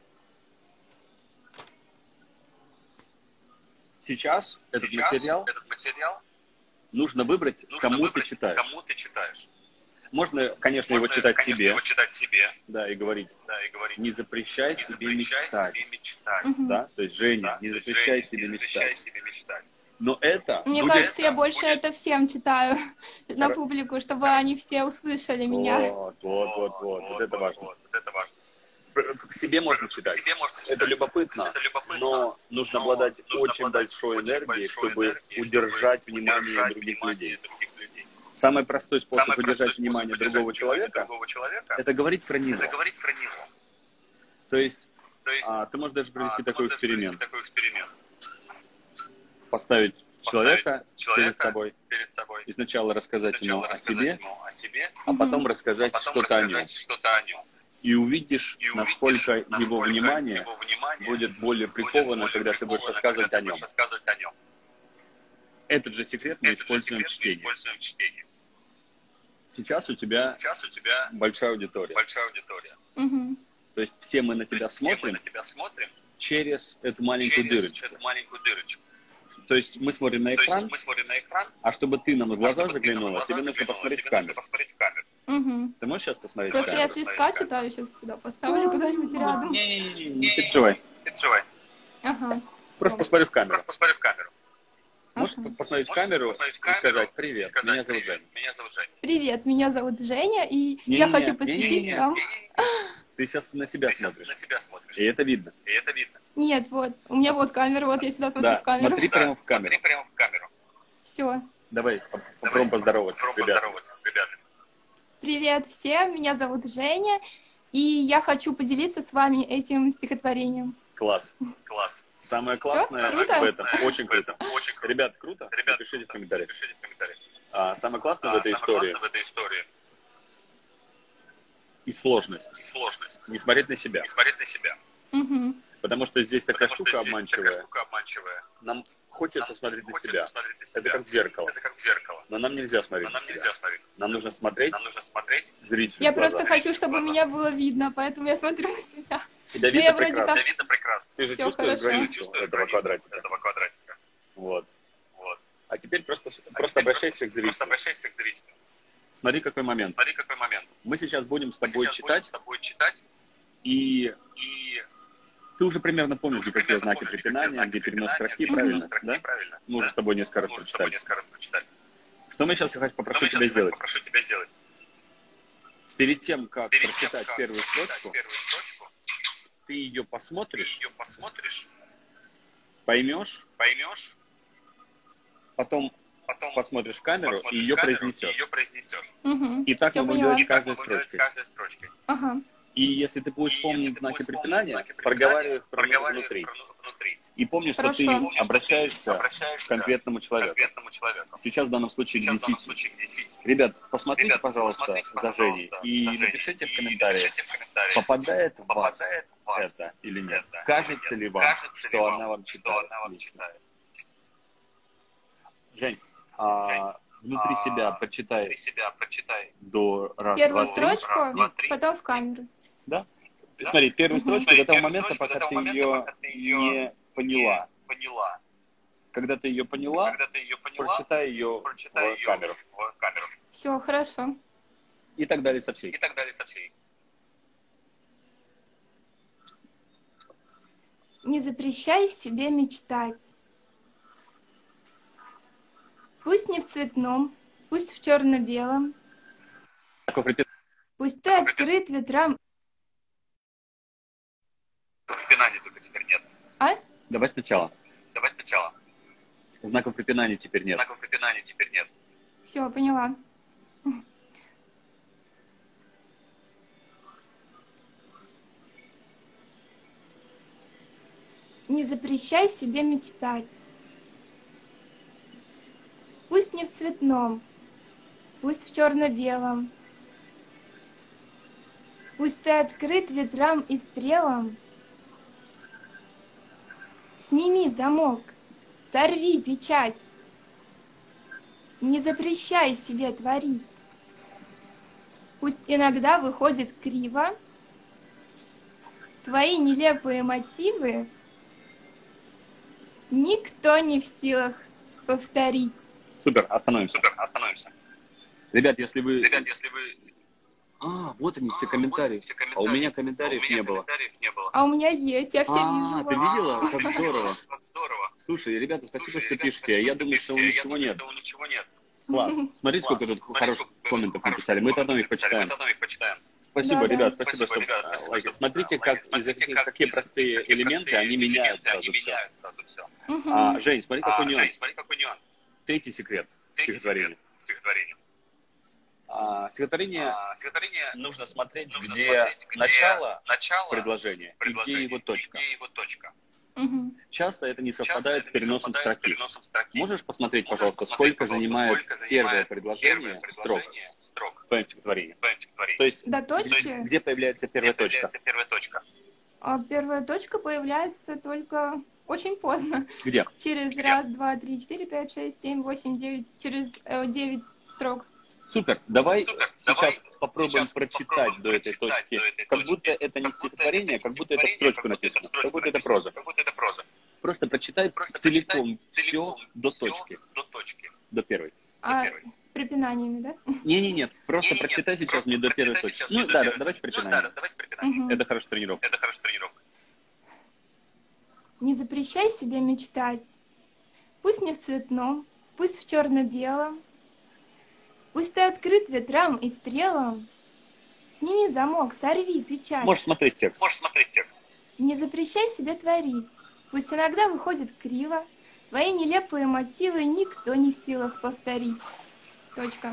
Speaker 1: Сейчас этот
Speaker 3: Сейчас
Speaker 1: материал
Speaker 3: этот материал
Speaker 1: нужно выбрать,
Speaker 3: нужно
Speaker 1: кому
Speaker 3: выбрать,
Speaker 1: ты читаешь.
Speaker 3: кому ты читаешь.
Speaker 1: Можно, конечно,
Speaker 3: Можно,
Speaker 1: его читать
Speaker 3: конечно,
Speaker 1: себе,
Speaker 3: его читать себе,
Speaker 1: да, и говорить,
Speaker 3: да, и говорить.
Speaker 1: не запрещай
Speaker 3: Не
Speaker 1: себе
Speaker 3: запрещай
Speaker 1: мечтать,
Speaker 3: себе мечтать.
Speaker 2: Мгм.
Speaker 1: да, то есть Женя,
Speaker 3: Да,
Speaker 1: не
Speaker 3: то есть,
Speaker 1: запрещай
Speaker 3: Женя,
Speaker 1: себе
Speaker 3: не запрещай
Speaker 1: мечтать.
Speaker 3: себе мечтать.
Speaker 1: Но это
Speaker 2: Мне
Speaker 1: будет...
Speaker 2: кажется, я
Speaker 3: это
Speaker 2: больше
Speaker 3: будет-
Speaker 2: это всем читаю на
Speaker 1: Хоро-
Speaker 2: публику, чтобы они все услышали меня.
Speaker 1: Вот, вот, вот, вот, вот это важно.
Speaker 3: Вот, вот это важно.
Speaker 1: К себе можно читать.
Speaker 3: Себе можно читать.
Speaker 1: Это любопытно,
Speaker 3: Это любопытно,
Speaker 1: но нужно
Speaker 3: но
Speaker 1: обладать
Speaker 3: нужно
Speaker 1: очень
Speaker 3: обладать
Speaker 1: большой
Speaker 3: очень
Speaker 1: энергией,
Speaker 3: большой
Speaker 1: чтобы
Speaker 3: энергией,
Speaker 1: удержать
Speaker 3: чтобы
Speaker 1: внимание
Speaker 3: удержать
Speaker 1: других
Speaker 3: внимание
Speaker 1: людей.
Speaker 3: других людей.
Speaker 1: Самый простой способ
Speaker 3: Самый простой
Speaker 1: удержать
Speaker 3: способ
Speaker 1: внимание
Speaker 3: удержать
Speaker 1: другого
Speaker 3: внимание
Speaker 1: человека
Speaker 3: другого человека
Speaker 1: – это говорить про него.
Speaker 3: это говорить про него.
Speaker 1: То есть
Speaker 3: То есть,
Speaker 1: а, ты можешь даже провести
Speaker 3: а, ты
Speaker 1: такой
Speaker 3: можешь провести
Speaker 1: эксперимент.
Speaker 3: такой эксперимент.
Speaker 1: Поставить человека
Speaker 3: Человека
Speaker 1: перед собой
Speaker 3: перед собой.
Speaker 1: и сначала рассказать ему
Speaker 3: Сначала
Speaker 1: о
Speaker 3: рассказать
Speaker 1: себе,
Speaker 3: ему о себе,
Speaker 1: а потом
Speaker 2: Мгм.
Speaker 1: рассказать
Speaker 3: а потом
Speaker 1: что-то о нем.
Speaker 3: рассказать что-то о нем.
Speaker 1: И увидишь,
Speaker 3: И увидишь,
Speaker 1: насколько его
Speaker 3: насколько
Speaker 1: внимание
Speaker 3: его внимание
Speaker 1: будет более
Speaker 3: будет
Speaker 1: приковано,
Speaker 3: более
Speaker 1: когда ты будешь
Speaker 3: приковано,
Speaker 1: рассказывать
Speaker 3: когда
Speaker 1: о
Speaker 3: ты
Speaker 1: нем.
Speaker 3: будешь рассказывать о нем.
Speaker 1: Этот же секрет мы
Speaker 3: Этот же
Speaker 1: используем в
Speaker 3: секрет мы
Speaker 1: чтении.
Speaker 3: используем в чтении.
Speaker 1: Сейчас у тебя
Speaker 3: Сейчас у тебя
Speaker 1: большая аудитория.
Speaker 3: большая аудитория.
Speaker 2: Мгм.
Speaker 1: То есть все мы на
Speaker 3: То
Speaker 1: тебя
Speaker 3: есть все мы
Speaker 1: смотрим
Speaker 3: на тебя смотрим
Speaker 1: через эту маленькую
Speaker 3: через
Speaker 1: дырочку.
Speaker 3: эту маленькую дырочку.
Speaker 1: То есть мы смотрим на
Speaker 3: То есть
Speaker 1: экран,
Speaker 3: мы смотрим на экран,
Speaker 1: а чтобы ты нам в
Speaker 3: а
Speaker 1: глаза
Speaker 3: чтобы ты нам в
Speaker 1: заглянула,
Speaker 3: глаза
Speaker 1: тебе нужно
Speaker 3: заглянула,
Speaker 1: посмотреть в
Speaker 3: тебе нужно
Speaker 1: камеру.
Speaker 3: посмотреть в камеру.
Speaker 2: Мгм.
Speaker 1: Ты можешь сейчас посмотреть в
Speaker 2: Просто
Speaker 1: камеру?
Speaker 2: я с листка читаю, сейчас сюда поставлю куда-нибудь рядом.
Speaker 1: Не-не-не, не переживай.
Speaker 3: Переживай.
Speaker 2: Ага.
Speaker 1: Просто
Speaker 2: всё.
Speaker 1: посмотри в камеру.
Speaker 3: Просто посмотри в камеру.
Speaker 1: Можешь
Speaker 2: Ага.
Speaker 1: посмотреть в
Speaker 3: Можешь
Speaker 1: камеру
Speaker 3: посмотреть в
Speaker 1: и
Speaker 3: камеру
Speaker 1: сказать
Speaker 3: и
Speaker 1: «Привет,
Speaker 3: сказать,
Speaker 1: меня зовут
Speaker 3: «Привет,
Speaker 1: Женя».
Speaker 3: Меня зовут Женя.
Speaker 2: Привет, меня зовут Женя, и
Speaker 1: Не-не-не,
Speaker 2: я хочу посвятить
Speaker 1: не-не-не.
Speaker 2: вам...
Speaker 1: Ты сейчас на себя
Speaker 3: Ты сейчас
Speaker 1: смотришь.
Speaker 3: на себя смотришь.
Speaker 1: И это видно.
Speaker 3: И это видно.
Speaker 2: Нет, вот, у меня вот камера, вот я сюда смотрю
Speaker 1: Да,
Speaker 2: в камеру.
Speaker 1: смотри прямо в
Speaker 3: Смотри
Speaker 1: камеру.
Speaker 3: прямо в камеру.
Speaker 2: Все.
Speaker 1: Давай, по-
Speaker 3: Давай,
Speaker 1: попробуем поздороваться с
Speaker 3: попробуй
Speaker 1: ребятами.
Speaker 3: поздороваться с ребятами.
Speaker 2: Привет всем, меня зовут Женя, и я хочу поделиться с вами этим стихотворением.
Speaker 1: Класс.
Speaker 3: Класс.
Speaker 1: Самое классное
Speaker 2: круто?
Speaker 1: в этом, очень круто.
Speaker 3: Очень круто.
Speaker 1: Ребят, круто?
Speaker 3: Ребят,
Speaker 1: Напишите в
Speaker 3: круто.
Speaker 1: комментариях.
Speaker 3: Пишите в комментариях.
Speaker 1: А, самое классное
Speaker 3: А,
Speaker 1: в этой
Speaker 3: самое
Speaker 1: истории
Speaker 3: классное в этой истории
Speaker 1: и сложность.
Speaker 3: и сложность.
Speaker 1: Не смотреть на себя.
Speaker 3: Не смотреть на себя.
Speaker 2: Угу.
Speaker 1: Потому что здесь такая
Speaker 3: Потому что
Speaker 1: штука
Speaker 3: здесь
Speaker 1: обманчивая.
Speaker 3: такая штука обманчивая.
Speaker 1: Нам хочется
Speaker 3: Нам
Speaker 1: смотреть на
Speaker 3: хочется
Speaker 1: себя.
Speaker 3: смотреть на себя.
Speaker 1: Это как в зеркало.
Speaker 3: Это как в зеркало.
Speaker 1: Но нам нельзя смотреть
Speaker 3: Но
Speaker 1: на
Speaker 3: нам
Speaker 1: себя.
Speaker 3: нельзя смотреть на себя.
Speaker 1: Нам нужно смотреть
Speaker 3: Нам нужно смотреть.
Speaker 1: зрителю
Speaker 2: Я
Speaker 1: в глаза.
Speaker 2: просто хочу, чтобы
Speaker 3: Глаза.
Speaker 2: меня было видно, поэтому я смотрю на себя.
Speaker 1: И
Speaker 2: Ну,
Speaker 1: Давид,
Speaker 2: я
Speaker 1: это
Speaker 2: вроде
Speaker 1: прекрасно.
Speaker 2: как-
Speaker 3: Все видно прекрасно.
Speaker 1: Ты же
Speaker 2: Всё
Speaker 1: чувствуешь
Speaker 2: хорошо.
Speaker 1: границу
Speaker 3: Чувствуешь
Speaker 1: этого
Speaker 3: границу
Speaker 1: квадратика.
Speaker 3: этого квадратика.
Speaker 1: Вот.
Speaker 3: Вот.
Speaker 1: А теперь просто,
Speaker 3: А
Speaker 1: просто
Speaker 3: теперь
Speaker 1: обращайся к
Speaker 3: Просто
Speaker 1: зрителю.
Speaker 3: обращайся к зрителю.
Speaker 1: Смотри, какой момент.
Speaker 3: Смотри, какой момент.
Speaker 1: Мы сейчас будем с
Speaker 3: Мы
Speaker 1: тобой
Speaker 3: сейчас будем
Speaker 1: читать,
Speaker 3: с тобой читать,
Speaker 1: и
Speaker 3: и
Speaker 1: ты уже примерно помнишь,
Speaker 3: уже
Speaker 1: где какие
Speaker 3: примерно
Speaker 1: знаки
Speaker 3: помнишь,
Speaker 1: препинания,
Speaker 3: знаки
Speaker 1: где перенос
Speaker 3: препинания,
Speaker 1: строки,
Speaker 3: где
Speaker 1: правильно?
Speaker 3: перенос строки,
Speaker 1: Да?
Speaker 3: правильно?
Speaker 1: Мы уже
Speaker 3: Да?
Speaker 1: с тобой несколько раз
Speaker 3: Мы уже с тобой
Speaker 1: прочитали.
Speaker 3: несколько раз прочитали.
Speaker 1: Что мы сейчас я хочу
Speaker 3: Что
Speaker 1: попрошу
Speaker 3: мы
Speaker 1: тебя
Speaker 3: сейчас
Speaker 1: сделать?
Speaker 3: попрошу тебя сделать?
Speaker 1: Перед тем, как
Speaker 3: Перед тем,
Speaker 1: прочитать
Speaker 3: как
Speaker 1: первую
Speaker 3: прочитать
Speaker 1: строчку,
Speaker 3: первую строчку,
Speaker 1: ты ее
Speaker 3: ты
Speaker 1: посмотришь,
Speaker 3: ее посмотришь,
Speaker 1: поймешь,
Speaker 3: поймешь,
Speaker 1: потом
Speaker 3: потом
Speaker 1: посмотришь в камеру
Speaker 3: посмотришь
Speaker 1: и ее
Speaker 3: в камеру и
Speaker 1: произнесешь.
Speaker 3: ее произнесешь.
Speaker 2: Угу.
Speaker 1: И так
Speaker 2: Всё
Speaker 1: мы будем
Speaker 2: поняла.
Speaker 1: делать с
Speaker 3: И так
Speaker 1: каждой
Speaker 3: мы будем делать с
Speaker 1: строчкой.
Speaker 3: каждой строчкой.
Speaker 2: Ага.
Speaker 1: И если ты будешь
Speaker 3: И
Speaker 1: помнить
Speaker 3: если ты
Speaker 1: знаки
Speaker 3: будешь помнить
Speaker 1: препинания,
Speaker 3: знаки препинания,
Speaker 1: проговаривай их
Speaker 3: проговаривай
Speaker 1: внутри.
Speaker 3: их внутри.
Speaker 1: И помни, что ты
Speaker 2: Хорошо.
Speaker 3: Помни, что ты
Speaker 1: обращаешься к
Speaker 3: обращаешься
Speaker 1: конкретному
Speaker 3: к
Speaker 1: человеку.
Speaker 3: конкретному человеку.
Speaker 1: Сейчас в данном случае
Speaker 3: Сейчас
Speaker 1: к
Speaker 3: в данном
Speaker 1: десяти.
Speaker 3: случае к десяти.
Speaker 1: Ребят, посмотрите,
Speaker 3: Ребят,
Speaker 1: пожалуйста,
Speaker 3: посмотрите,
Speaker 1: за Женей
Speaker 3: пожалуйста,
Speaker 1: и
Speaker 3: за Женей.
Speaker 1: напишите в
Speaker 3: И
Speaker 1: комментариях,
Speaker 3: напишите в комментариях,
Speaker 1: попадает в вас
Speaker 3: попадает в вас
Speaker 1: это или нет.
Speaker 3: это
Speaker 1: Кажется
Speaker 3: или
Speaker 1: ли
Speaker 3: нет.
Speaker 1: вам,
Speaker 3: Кажется ли
Speaker 1: что она вам
Speaker 3: что
Speaker 1: читает?
Speaker 3: она вам
Speaker 1: лично?
Speaker 3: читает?
Speaker 1: Жень, а, внутри
Speaker 3: а,
Speaker 1: себя прочитай
Speaker 3: Внутри себя прочитай.
Speaker 1: до раз,
Speaker 2: Первую
Speaker 1: два, три.
Speaker 2: строчку,
Speaker 3: Раз, два, три.
Speaker 2: потом в камеру.
Speaker 1: Да?
Speaker 3: Да?
Speaker 1: Смотри, первую
Speaker 2: Мгм.
Speaker 1: строчку
Speaker 3: Смотри,
Speaker 1: до того
Speaker 3: первую
Speaker 1: момента,
Speaker 3: строчку
Speaker 1: пока
Speaker 3: до того
Speaker 1: ты
Speaker 3: момента,
Speaker 1: ее
Speaker 3: пока ты ее
Speaker 1: не поняла.
Speaker 3: Не поняла.
Speaker 1: Когда ты ее поняла,
Speaker 3: Когда ты ее поняла,
Speaker 1: прочитай ее
Speaker 3: прочитай
Speaker 1: в
Speaker 3: ее
Speaker 1: камеру.
Speaker 3: в камеру.
Speaker 2: Все, хорошо.
Speaker 1: И так далее со всей.
Speaker 3: И так далее со всей.
Speaker 2: Не запрещай себе мечтать. Пусть не в цветном, пусть в черно-белом,
Speaker 1: Такое припев-
Speaker 2: пусть ты открыт ветрам.
Speaker 3: Препинания только теперь нет.
Speaker 2: А?
Speaker 1: Давай сначала.
Speaker 3: Давай сначала.
Speaker 1: Знаков препинания теперь нет.
Speaker 3: Знаков препинания теперь нет.
Speaker 2: Все, поняла. Не запрещай себе мечтать. Пусть не в цветном, пусть в черно-белом, пусть ты открыт ветрам и стрелам. Сними замок, сорви печать. Не запрещай себе творить. Пусть иногда выходит криво, твои нелепые мотивы никто не в силах повторить.
Speaker 1: Супер, остановимся.
Speaker 3: Супер, остановимся.
Speaker 1: Ребят, если вы...
Speaker 3: Ребят, если вы...
Speaker 1: А, вот они, все
Speaker 3: А,
Speaker 1: комментарии.
Speaker 3: вот все
Speaker 1: А
Speaker 3: комментарии.
Speaker 1: у меня
Speaker 3: А у
Speaker 1: комментариев
Speaker 3: меня
Speaker 1: не было.
Speaker 3: комментариев не было.
Speaker 2: А у меня есть, я все
Speaker 1: А,
Speaker 2: вижу.
Speaker 1: ты
Speaker 2: вот.
Speaker 1: видела?
Speaker 3: А,
Speaker 1: Как
Speaker 3: ты
Speaker 1: здорово.
Speaker 3: видела? Как здорово.
Speaker 1: Слушай, ребята, спасибо,
Speaker 3: Слушай,
Speaker 1: что
Speaker 3: ребята,
Speaker 1: пишете.
Speaker 3: спасибо,
Speaker 1: Я
Speaker 3: что
Speaker 1: думаю, что
Speaker 3: пишете. Я
Speaker 1: ничего
Speaker 3: думаю,
Speaker 1: нет.
Speaker 3: что ничего нет.
Speaker 1: Класс. Смотри, сколько
Speaker 3: Класс.
Speaker 1: тут
Speaker 3: Смотри,
Speaker 1: хороших
Speaker 3: сколько
Speaker 1: комментов
Speaker 3: хороших
Speaker 1: написали. Мы
Speaker 3: комментов
Speaker 1: потом их
Speaker 3: написали.
Speaker 1: почитаем.
Speaker 3: Мы потом их почитаем.
Speaker 1: Спасибо,
Speaker 2: Да-да.
Speaker 1: ребят, спасибо,
Speaker 3: Спасибо,
Speaker 1: что
Speaker 3: ребят,
Speaker 1: а,
Speaker 3: спасибо,
Speaker 1: лайки.
Speaker 3: что
Speaker 1: Смотрите,
Speaker 3: а,
Speaker 1: как
Speaker 3: лайки.
Speaker 1: из-за
Speaker 3: Смотрите,
Speaker 1: каких,
Speaker 3: как
Speaker 1: какие
Speaker 3: из-
Speaker 1: простые
Speaker 3: какие
Speaker 1: элементы,
Speaker 3: простые
Speaker 1: они меняют
Speaker 3: элементы,
Speaker 1: сразу
Speaker 3: они
Speaker 1: все.
Speaker 3: меняют сразу все.
Speaker 2: Мгм.
Speaker 1: А, Жень, смотри, какой
Speaker 3: А, Жень,
Speaker 1: нюанс.
Speaker 3: смотри, какой нюанс.
Speaker 1: Третий секрет
Speaker 3: Третий
Speaker 1: стихотворения.
Speaker 3: секрет стихотворения.
Speaker 1: А, стихотворение
Speaker 3: А, стихотворение
Speaker 1: нужно смотреть,
Speaker 3: нужно
Speaker 1: где
Speaker 3: смотреть, где
Speaker 1: начало
Speaker 3: начало
Speaker 1: предложения и где
Speaker 3: предложения
Speaker 1: его точка.
Speaker 3: и где его точка.
Speaker 2: Мгм.
Speaker 1: Часто это не
Speaker 3: Часто
Speaker 1: совпадает
Speaker 3: это
Speaker 1: с
Speaker 3: не
Speaker 1: переносом
Speaker 3: совпадает с
Speaker 1: строки.
Speaker 3: переносом строки.
Speaker 1: Можешь посмотреть,
Speaker 3: Можешь
Speaker 1: пожалуйста,
Speaker 3: посмотреть,
Speaker 1: сколько
Speaker 3: пожалуйста,
Speaker 1: занимает
Speaker 3: сколько занимает
Speaker 1: первое
Speaker 3: первое
Speaker 1: предложение строк
Speaker 3: предложение строк
Speaker 1: в твоем стихотворении?
Speaker 3: в твоем стихотворении?
Speaker 1: То есть,
Speaker 2: До
Speaker 3: То есть,
Speaker 2: точки.
Speaker 1: где появляется первая
Speaker 3: Где
Speaker 1: точка?
Speaker 3: появляется первая точка?
Speaker 2: А первая точка появляется только очень поздно.
Speaker 1: Где?
Speaker 2: Через
Speaker 3: Где?
Speaker 2: раз, два, три, четыре, пять, шесть, семь, восемь, девять. Через э, девять строк.
Speaker 1: Супер. Давай
Speaker 3: Супер.
Speaker 1: сейчас
Speaker 3: Давай
Speaker 1: попробуем
Speaker 3: сейчас
Speaker 1: прочитать
Speaker 3: попробуем
Speaker 1: до этой
Speaker 3: прочитать
Speaker 1: точки,
Speaker 3: до этой
Speaker 1: как
Speaker 3: точки.
Speaker 1: будто это не
Speaker 3: Как будто
Speaker 1: стихотворение,
Speaker 3: это
Speaker 1: как
Speaker 3: не
Speaker 1: будто это в
Speaker 3: стихотворение,
Speaker 1: строчку
Speaker 3: как будто это в
Speaker 1: написано,
Speaker 3: строчку
Speaker 1: как будто это
Speaker 3: написано,
Speaker 1: проза.
Speaker 3: Как будто это проза.
Speaker 1: Просто прочитай
Speaker 3: Просто
Speaker 1: целиком
Speaker 3: прочитай
Speaker 1: все
Speaker 3: целиком
Speaker 1: до
Speaker 3: всё
Speaker 1: точки,
Speaker 3: до точки.
Speaker 1: до первой.
Speaker 2: А
Speaker 3: первой.
Speaker 2: с препинаниями, да?
Speaker 1: Не-не-не, просто
Speaker 3: Не-не-не,
Speaker 1: прочитай сейчас
Speaker 3: просто
Speaker 1: не до первой
Speaker 3: прочитай
Speaker 1: точки.
Speaker 3: сейчас
Speaker 1: Ну
Speaker 3: не до
Speaker 1: да,
Speaker 3: первой
Speaker 1: давай с
Speaker 3: точки. Ну
Speaker 1: препинанием.
Speaker 3: да, давай с препинанием.
Speaker 2: Мгм.
Speaker 1: Это хорошая тренировка.
Speaker 3: Это хорошая тренировка.
Speaker 2: Не запрещай себе мечтать. Пусть не в цветном, пусть в черно-белом. Пусть ты открыт ветрам и стрелам. Сними замок, сорви печать.
Speaker 1: Можешь смотреть текст.
Speaker 3: Можешь смотреть текст.
Speaker 2: Не запрещай себе творить. Пусть иногда выходит криво. Твои нелепые мотивы никто не в силах повторить. Точка.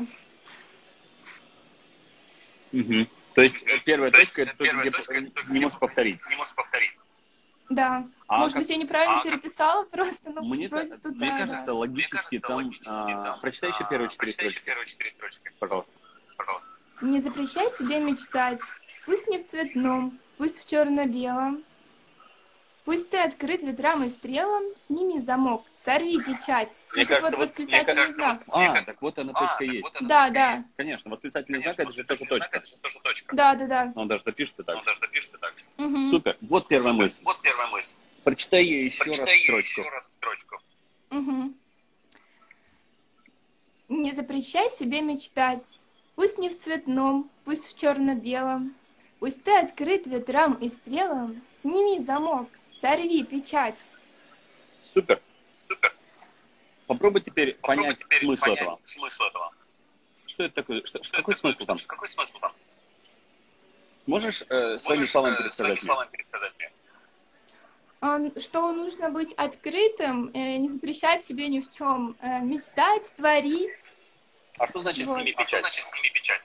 Speaker 1: Мгм. То есть э, первая
Speaker 3: То есть,
Speaker 1: точка, это
Speaker 3: первая
Speaker 1: то, где
Speaker 3: точка, это то,
Speaker 1: не
Speaker 3: где
Speaker 1: можешь повторить.
Speaker 3: Не можешь повторить.
Speaker 2: Да.
Speaker 1: А
Speaker 2: Может
Speaker 1: как-
Speaker 2: быть, я неправильно
Speaker 3: а как-
Speaker 2: переписала просто, но
Speaker 1: Мне,
Speaker 2: вроде
Speaker 1: ка-
Speaker 2: тут
Speaker 1: мне
Speaker 2: да,
Speaker 1: кажется,
Speaker 2: да.
Speaker 1: логически
Speaker 3: Мне кажется,
Speaker 1: там...
Speaker 3: логически
Speaker 1: а,
Speaker 3: там,
Speaker 1: прочитай еще
Speaker 3: а,
Speaker 1: первые четыре
Speaker 3: прочитай еще
Speaker 1: строчки,
Speaker 3: первые четыре строчки,
Speaker 1: пожалуйста.
Speaker 3: пожалуйста.
Speaker 2: Не запрещай себе мечтать, пусть не в цветном, пусть в черно-белом. Пусть ты открыт ветрам и стрелам, сними замок, сорви печать.
Speaker 1: Мне
Speaker 2: Вот
Speaker 1: кажется,
Speaker 2: вот
Speaker 1: вот-
Speaker 2: восклицательный
Speaker 3: мне кажется,
Speaker 2: знак.
Speaker 3: вот- Мне
Speaker 1: А,
Speaker 3: как-
Speaker 1: так вот она
Speaker 3: А,
Speaker 1: точка
Speaker 3: так
Speaker 1: есть.
Speaker 3: вот она
Speaker 2: Да,
Speaker 3: точка
Speaker 2: да,
Speaker 3: есть.
Speaker 1: Конечно, восклицательный знак,
Speaker 3: Конечно,
Speaker 1: это же тоже
Speaker 3: восклицательный знак,
Speaker 1: точка.
Speaker 3: это же тоже точка.
Speaker 2: да, да, да.
Speaker 1: Он даже допишется так
Speaker 3: Он
Speaker 1: же.
Speaker 3: даже допишется так же.
Speaker 2: Мгм.
Speaker 1: Супер. Вот первая мысль.
Speaker 3: Вот первая мысль.
Speaker 1: Прочитай ее еще раз
Speaker 3: Прочитай
Speaker 1: строчку.
Speaker 3: еще раз строчку.
Speaker 2: Мгм. Не запрещай себе мечтать, пусть не в цветном, пусть в черно-белом. Пусть ты открыт ветрам и стрелам, сними замок, сорви печать.
Speaker 1: Супер.
Speaker 3: Супер.
Speaker 1: Попробуй теперь
Speaker 3: Попробуй
Speaker 1: понять
Speaker 3: теперь
Speaker 1: смысл
Speaker 3: понять
Speaker 1: этого.
Speaker 3: Смысл этого.
Speaker 1: Что это такое? Что,
Speaker 3: Что
Speaker 1: какой
Speaker 3: это такое?
Speaker 1: смысл там?
Speaker 3: Какой смысл там?
Speaker 1: Можешь э, своими
Speaker 3: Можешь,
Speaker 1: словами
Speaker 3: э,
Speaker 1: пересказать
Speaker 3: своими
Speaker 1: мне?
Speaker 3: словами пересказать мне?
Speaker 2: А, Что нужно быть открытым, э, не запрещать себе ни в чем, э, мечтать, творить.
Speaker 1: А что значит
Speaker 2: Вот.
Speaker 1: сними
Speaker 3: А что
Speaker 1: печать?
Speaker 3: значит сними печать?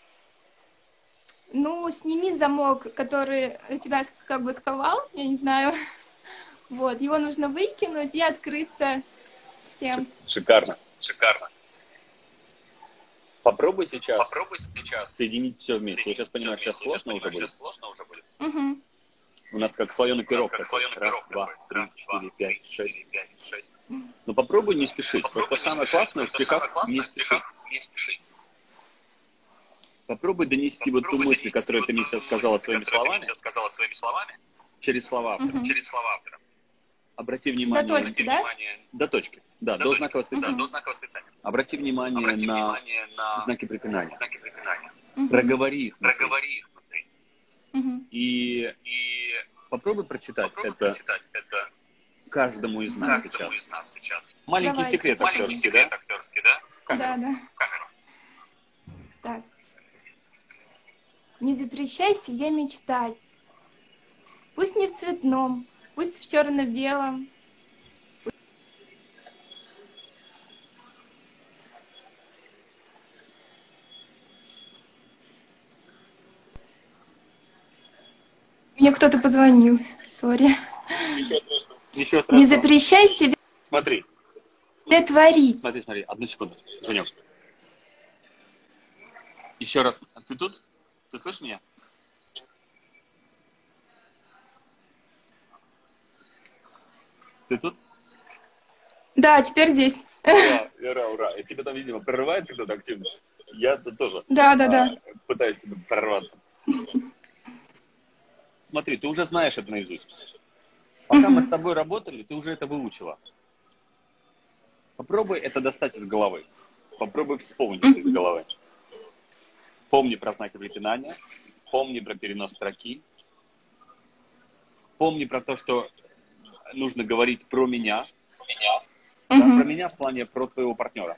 Speaker 2: Ну, сними замок, который тебя с- как бы сковал, я не знаю. Вот, его нужно выкинуть и открыться всем.
Speaker 1: Шикарно.
Speaker 3: Шикарно.
Speaker 1: Попробуй сейчас
Speaker 3: Попробуй сейчас.
Speaker 1: соединить все вместе. Я
Speaker 3: соединить
Speaker 1: сейчас понимаю,
Speaker 3: всё
Speaker 1: сейчас
Speaker 3: вместе.
Speaker 1: сложно уже
Speaker 3: понимаю,
Speaker 1: будет.
Speaker 3: сейчас сложно уже будет.
Speaker 2: Мгм.
Speaker 1: У нас как слоеный пирог
Speaker 3: Как
Speaker 1: такой.
Speaker 3: слоеный
Speaker 1: Раз,
Speaker 3: пирог
Speaker 1: два,
Speaker 3: такой.
Speaker 1: три,
Speaker 3: Раз,
Speaker 1: четыре,
Speaker 3: два,
Speaker 1: пять,
Speaker 3: три,
Speaker 1: шесть.
Speaker 3: четыре, пять, шесть.
Speaker 1: Но попробуй не спешить.
Speaker 3: Попробуй
Speaker 1: Просто
Speaker 3: не
Speaker 1: самое
Speaker 3: спешить.
Speaker 1: классное в
Speaker 3: Просто самое
Speaker 1: стихах
Speaker 3: классное
Speaker 1: не
Speaker 3: в
Speaker 1: спешить.
Speaker 3: стихах не спешить.
Speaker 1: Попробуй донести вот ту
Speaker 3: Попробуй
Speaker 1: мысль,
Speaker 3: донести
Speaker 1: которую
Speaker 3: вот
Speaker 1: ты мне
Speaker 3: ту
Speaker 1: сейчас
Speaker 3: мысль,
Speaker 1: сказала своими
Speaker 3: которую ты мне
Speaker 1: словами,
Speaker 3: сейчас сказала своими словами,
Speaker 1: через слова автора.
Speaker 2: Мгм.
Speaker 3: через слова автора.
Speaker 1: Обрати
Speaker 2: До
Speaker 1: внимание...
Speaker 2: точки, да?
Speaker 3: Внимание
Speaker 1: До точки. Да, до,
Speaker 3: точки.
Speaker 1: знака восклицания.
Speaker 3: Да, до знака восклицания.
Speaker 1: Обрати внимание
Speaker 3: Обрати
Speaker 1: на
Speaker 3: внимание на
Speaker 1: знаки препинания.
Speaker 3: знаки препинания.
Speaker 2: Мгм.
Speaker 1: Проговори их внутри.
Speaker 3: Проговори их внутри.
Speaker 2: Мгм.
Speaker 1: И
Speaker 3: И
Speaker 1: попробуй прочитать
Speaker 3: попробуй
Speaker 1: это
Speaker 3: прочитать это
Speaker 1: каждому из нас
Speaker 3: каждому
Speaker 1: сейчас.
Speaker 3: из нас сейчас.
Speaker 1: Маленький
Speaker 2: Давайте.
Speaker 1: секрет
Speaker 3: Маленький
Speaker 1: актерский,
Speaker 3: секрет
Speaker 1: да?
Speaker 3: актерский, да?
Speaker 1: В камеру.
Speaker 2: Да, да.
Speaker 3: В камеру.
Speaker 2: Так. Не запрещай себе мечтать. Пусть не в цветном, пусть в черно-белом. Мне кто-то позвонил, сори.
Speaker 1: Ничего страшного. Ничего
Speaker 2: Не
Speaker 1: страшного.
Speaker 2: запрещай себе
Speaker 1: Смотри,
Speaker 2: творить.
Speaker 1: смотри, смотри. Одну секунду. Женек. Еще раз. Ты тут? Ты слышишь меня? Ты тут?
Speaker 2: Да, теперь здесь.
Speaker 1: Ура, ура, ура. И тебе там, видимо, прорывается кто-то активно. Я тут тоже
Speaker 2: Да, да, да.
Speaker 1: а, пытаюсь тебе прорваться. Смотри, ты уже знаешь это наизусть. Пока мы с тобой работали, ты уже это выучила. Попробуй это достать из головы. Попробуй вспомнить это из головы. Помни про знаки препинания. Помни про перенос строки. Помни про то, что нужно говорить про меня. Меня. Да,
Speaker 2: Мгм.
Speaker 1: про меня в плане про твоего партнера.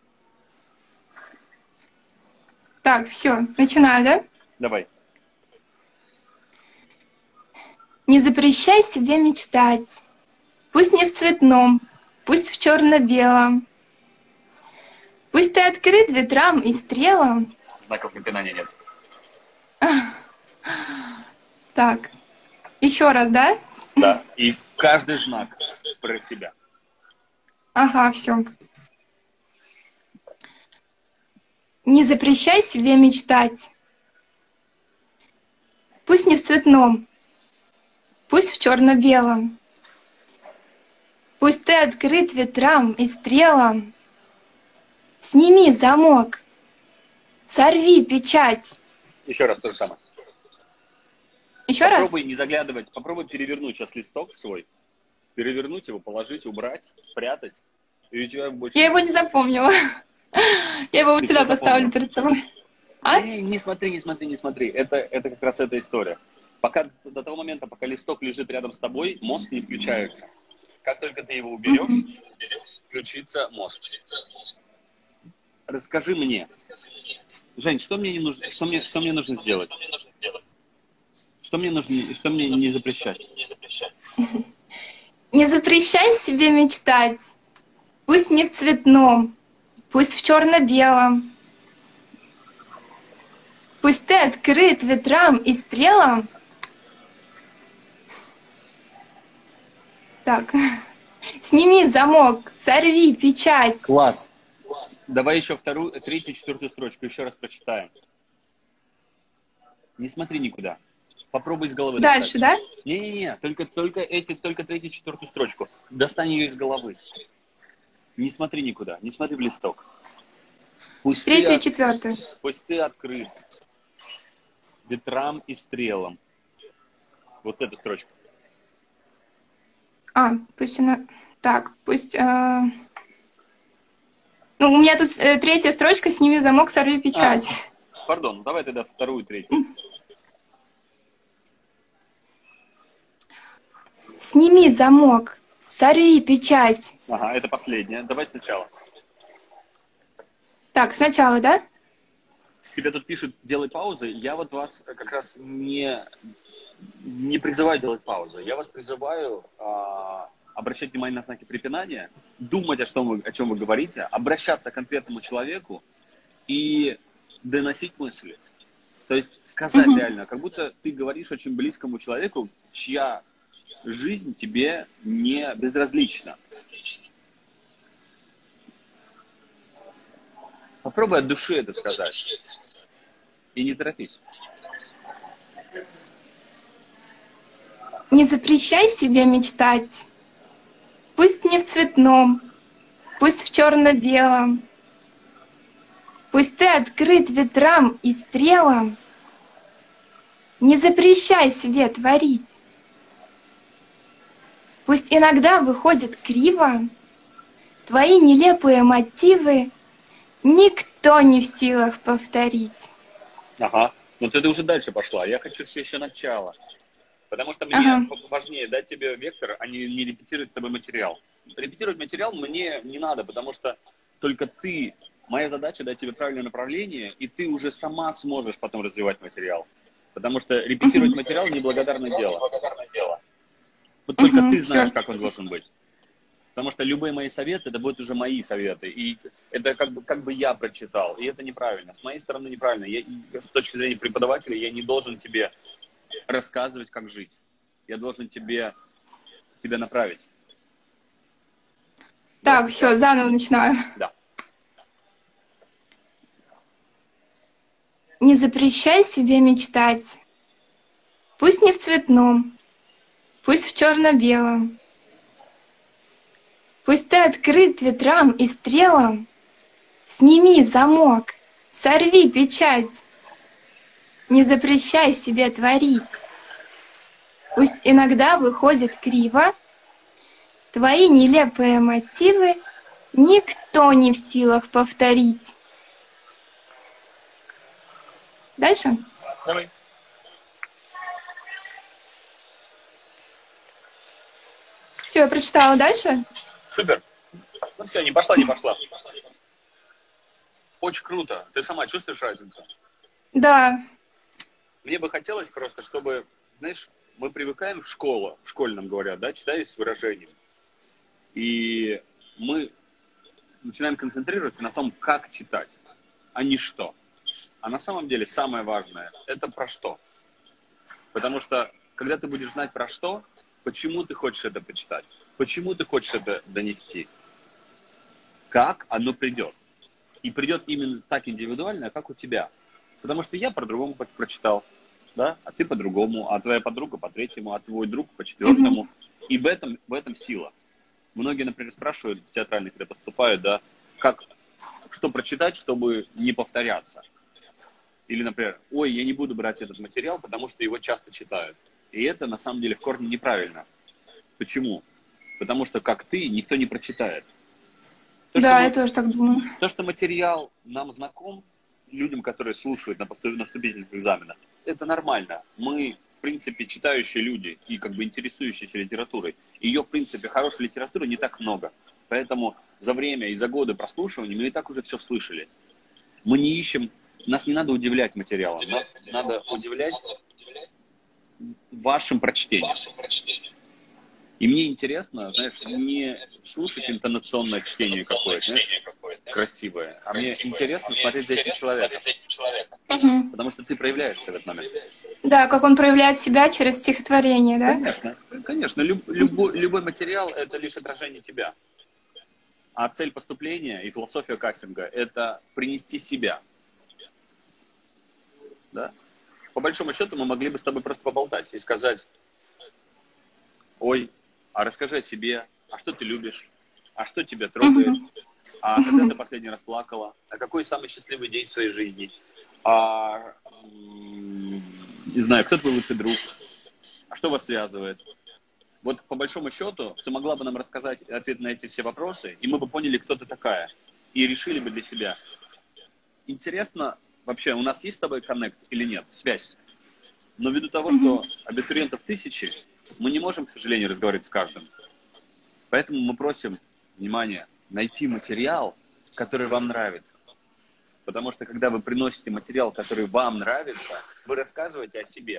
Speaker 2: Так, все, начинаю, да?
Speaker 1: Давай.
Speaker 2: Не запрещай себе мечтать. Пусть не в цветном, пусть в черно-белом. Пусть ты открыт ветрам и стрелам.
Speaker 1: Знаков препинания нет.
Speaker 2: Так, еще раз, да?
Speaker 1: Да. И каждый знак про себя.
Speaker 2: Ага, все. Не запрещай себе мечтать. Пусть не в цветном, пусть в черно-белом. Пусть ты открыт ветрам и стрелам. Сними замок, сорви печать.
Speaker 1: Еще раз то же самое.
Speaker 2: Еще раз?
Speaker 1: Попробуй не заглядывать, попробуй перевернуть сейчас листок свой. Перевернуть его, положить, убрать, спрятать. И у тебя больше...
Speaker 2: Я его не запомнила. Я его вот
Speaker 1: Ты
Speaker 2: сюда
Speaker 1: всё
Speaker 2: поставлю
Speaker 1: запомнил?
Speaker 2: перед собой. А?
Speaker 1: Не, не смотри, не смотри, не смотри. Это, это как раз эта история. Пока, до того момента, пока листок лежит рядом с тобой, мозг не включается. Как только ты его уберешь, включится мозг. Расскажи мне. Жень, что мне, не нужно, что мне, что мне нужно сделать? Что мне нужно, что мне не запрещать?
Speaker 2: Не запрещай себе мечтать. Пусть не в цветном, пусть в черно-белом. Пусть ты открыт ветрам и стрелам. Так. Сними замок, сорви печать.
Speaker 1: Класс. Давай еще вторую, третью, четвертую строчку еще раз прочитаем. Не смотри никуда. Попробуй из головы
Speaker 2: Дальше,
Speaker 1: достать.
Speaker 2: да?
Speaker 1: Не-не-не, только, только эти, только третью, четвертую строчку. Достань ее из головы. Не смотри никуда, не смотри в листок. Пусть ты,
Speaker 2: Третью и
Speaker 1: от-
Speaker 2: четвертую.
Speaker 1: пусть ты открыт ветрам и стрелам. Вот эту строчку.
Speaker 2: А, пусть она... Так, пусть... э, Ну, у меня тут э, третья строчка, сними замок, сорви печать.
Speaker 1: Пардон, давай тогда вторую, третью.
Speaker 2: Сними замок, сорви печать.
Speaker 1: Ага, это последняя. Давай сначала.
Speaker 2: Так, сначала, да?
Speaker 1: Тебе тут пишут, делай паузы. Я вот вас как раз не, не призываю делать паузы. Я вас призываю а, обращать внимание на знаки препинания, думать, о, чем вы, о чем вы говорите, обращаться к конкретному человеку и доносить мысли. То есть сказать
Speaker 2: Мгм.
Speaker 1: реально, как будто ты говоришь очень близкому человеку, чья жизнь тебе не безразлична. Попробуй от души это сказать. И не торопись.
Speaker 2: Не запрещай себе мечтать. Пусть не в цветном, пусть в черно-белом. Пусть ты открыт ветрам и стрелам. Не запрещай себе творить. Пусть иногда выходит криво. Твои нелепые мотивы никто не в силах повторить.
Speaker 1: Ага. Но ты уже дальше пошла. Я хочу все еще начало. Потому что мне
Speaker 2: Ага.
Speaker 1: важнее дать тебе вектор, а не, не репетировать с тобой материал. Репетировать материал мне не надо, потому что только ты, моя задача дать тебе правильное направление, и ты уже сама сможешь потом развивать материал. Потому что репетировать
Speaker 2: Мгм.
Speaker 1: материал неблагодарное дело. Вот только
Speaker 2: Мгм,
Speaker 1: ты знаешь,
Speaker 2: всё.
Speaker 1: как он должен быть. Потому что любые мои советы, это будут уже мои советы. И это как бы, как бы я прочитал. И это неправильно. С моей стороны неправильно. Я, с точки зрения преподавателя, я не должен тебе рассказывать, как жить. Я должен тебе, тебя направить.
Speaker 2: Так, все, заново начинаю.
Speaker 1: Да.
Speaker 2: Не запрещай себе мечтать. Пусть не в цветном, пусть в черно-белом. Пусть ты открыт ветрам и стрелам. Сними замок, сорви печать. Не запрещай себе творить. Пусть иногда выходит криво. Твои нелепые мотивы никто не в силах повторить. Дальше?
Speaker 1: Давай.
Speaker 2: Все, я прочитала дальше.
Speaker 1: Супер. Ну все, не пошла, не пошла. Очень круто. Ты сама чувствуешь разницу?
Speaker 2: Да.
Speaker 1: Мне бы хотелось просто, чтобы, знаешь, мы привыкаем в школу, в школе нам говорят, да, читать с выражением. И мы начинаем концентрироваться на том, как читать, а не что. А на самом деле самое важное – это про что. Потому что, когда ты будешь знать про что, почему ты хочешь это почитать, почему ты хочешь это донести, как оно придет. И придет именно так индивидуально, как у тебя. Потому что я по-другому прочитал, да, а ты по-другому, а твоя подруга по третьему, а твой друг по четвертому. Mm-hmm. И в этом, в этом сила. Многие, например, спрашивают в театральных, когда поступают, да, как, что прочитать, чтобы не повторяться. Или, например, ой, я не буду брать этот материал, потому что его часто читают. И это, на самом деле, в корне неправильно. Почему? Потому что, как ты, никто не прочитает. То,
Speaker 2: да,
Speaker 1: мы,
Speaker 2: я тоже так думаю.
Speaker 1: То, что материал нам знаком, людям, которые слушают на поступительных экзаменах, это нормально. Мы, в принципе, читающие люди и как бы интересующиеся литературой. Ее, в принципе, хорошей литературы не так много. Поэтому за время и за годы прослушивания мы и так уже все слышали. Мы не ищем, нас не надо удивлять материалом, нас надо удивлять вашим прочтением. И мне интересно, знаешь, не слушать интонационное чтение какое-то, знаешь, красивое, а мне интересно смотреть за этим человеком,
Speaker 2: Мгм.
Speaker 1: потому что ты проявляешься в этот момент.
Speaker 2: Да, как он проявляет себя через стихотворение, да?
Speaker 1: Конечно, конечно, люб- любой, любой материал – это лишь отражение тебя. А цель поступления и философия кастинга – это принести себя. Да? По большому счету мы могли бы с тобой просто поболтать и сказать: ой, а расскажи о себе, а что ты любишь, а что тебя трогает,
Speaker 2: Мгм.
Speaker 1: а когда ты последний раз плакала, а какой самый счастливый день в своей жизни, а, м, не знаю, кто твой лучший друг, а что вас связывает. Вот по большому счету ты могла бы нам рассказать ответ на эти все вопросы, и мы бы поняли, кто ты такая, и решили бы для себя. Интересно, вообще, у нас есть с тобой коннект или нет, связь? Но ввиду того, что абитуриентов тысячи, мы не можем, к сожалению, разговаривать с каждым. Поэтому мы просим, внимание, найти материал, который вам нравится. Потому что когда вы приносите материал, который вам нравится, вы рассказываете о себе.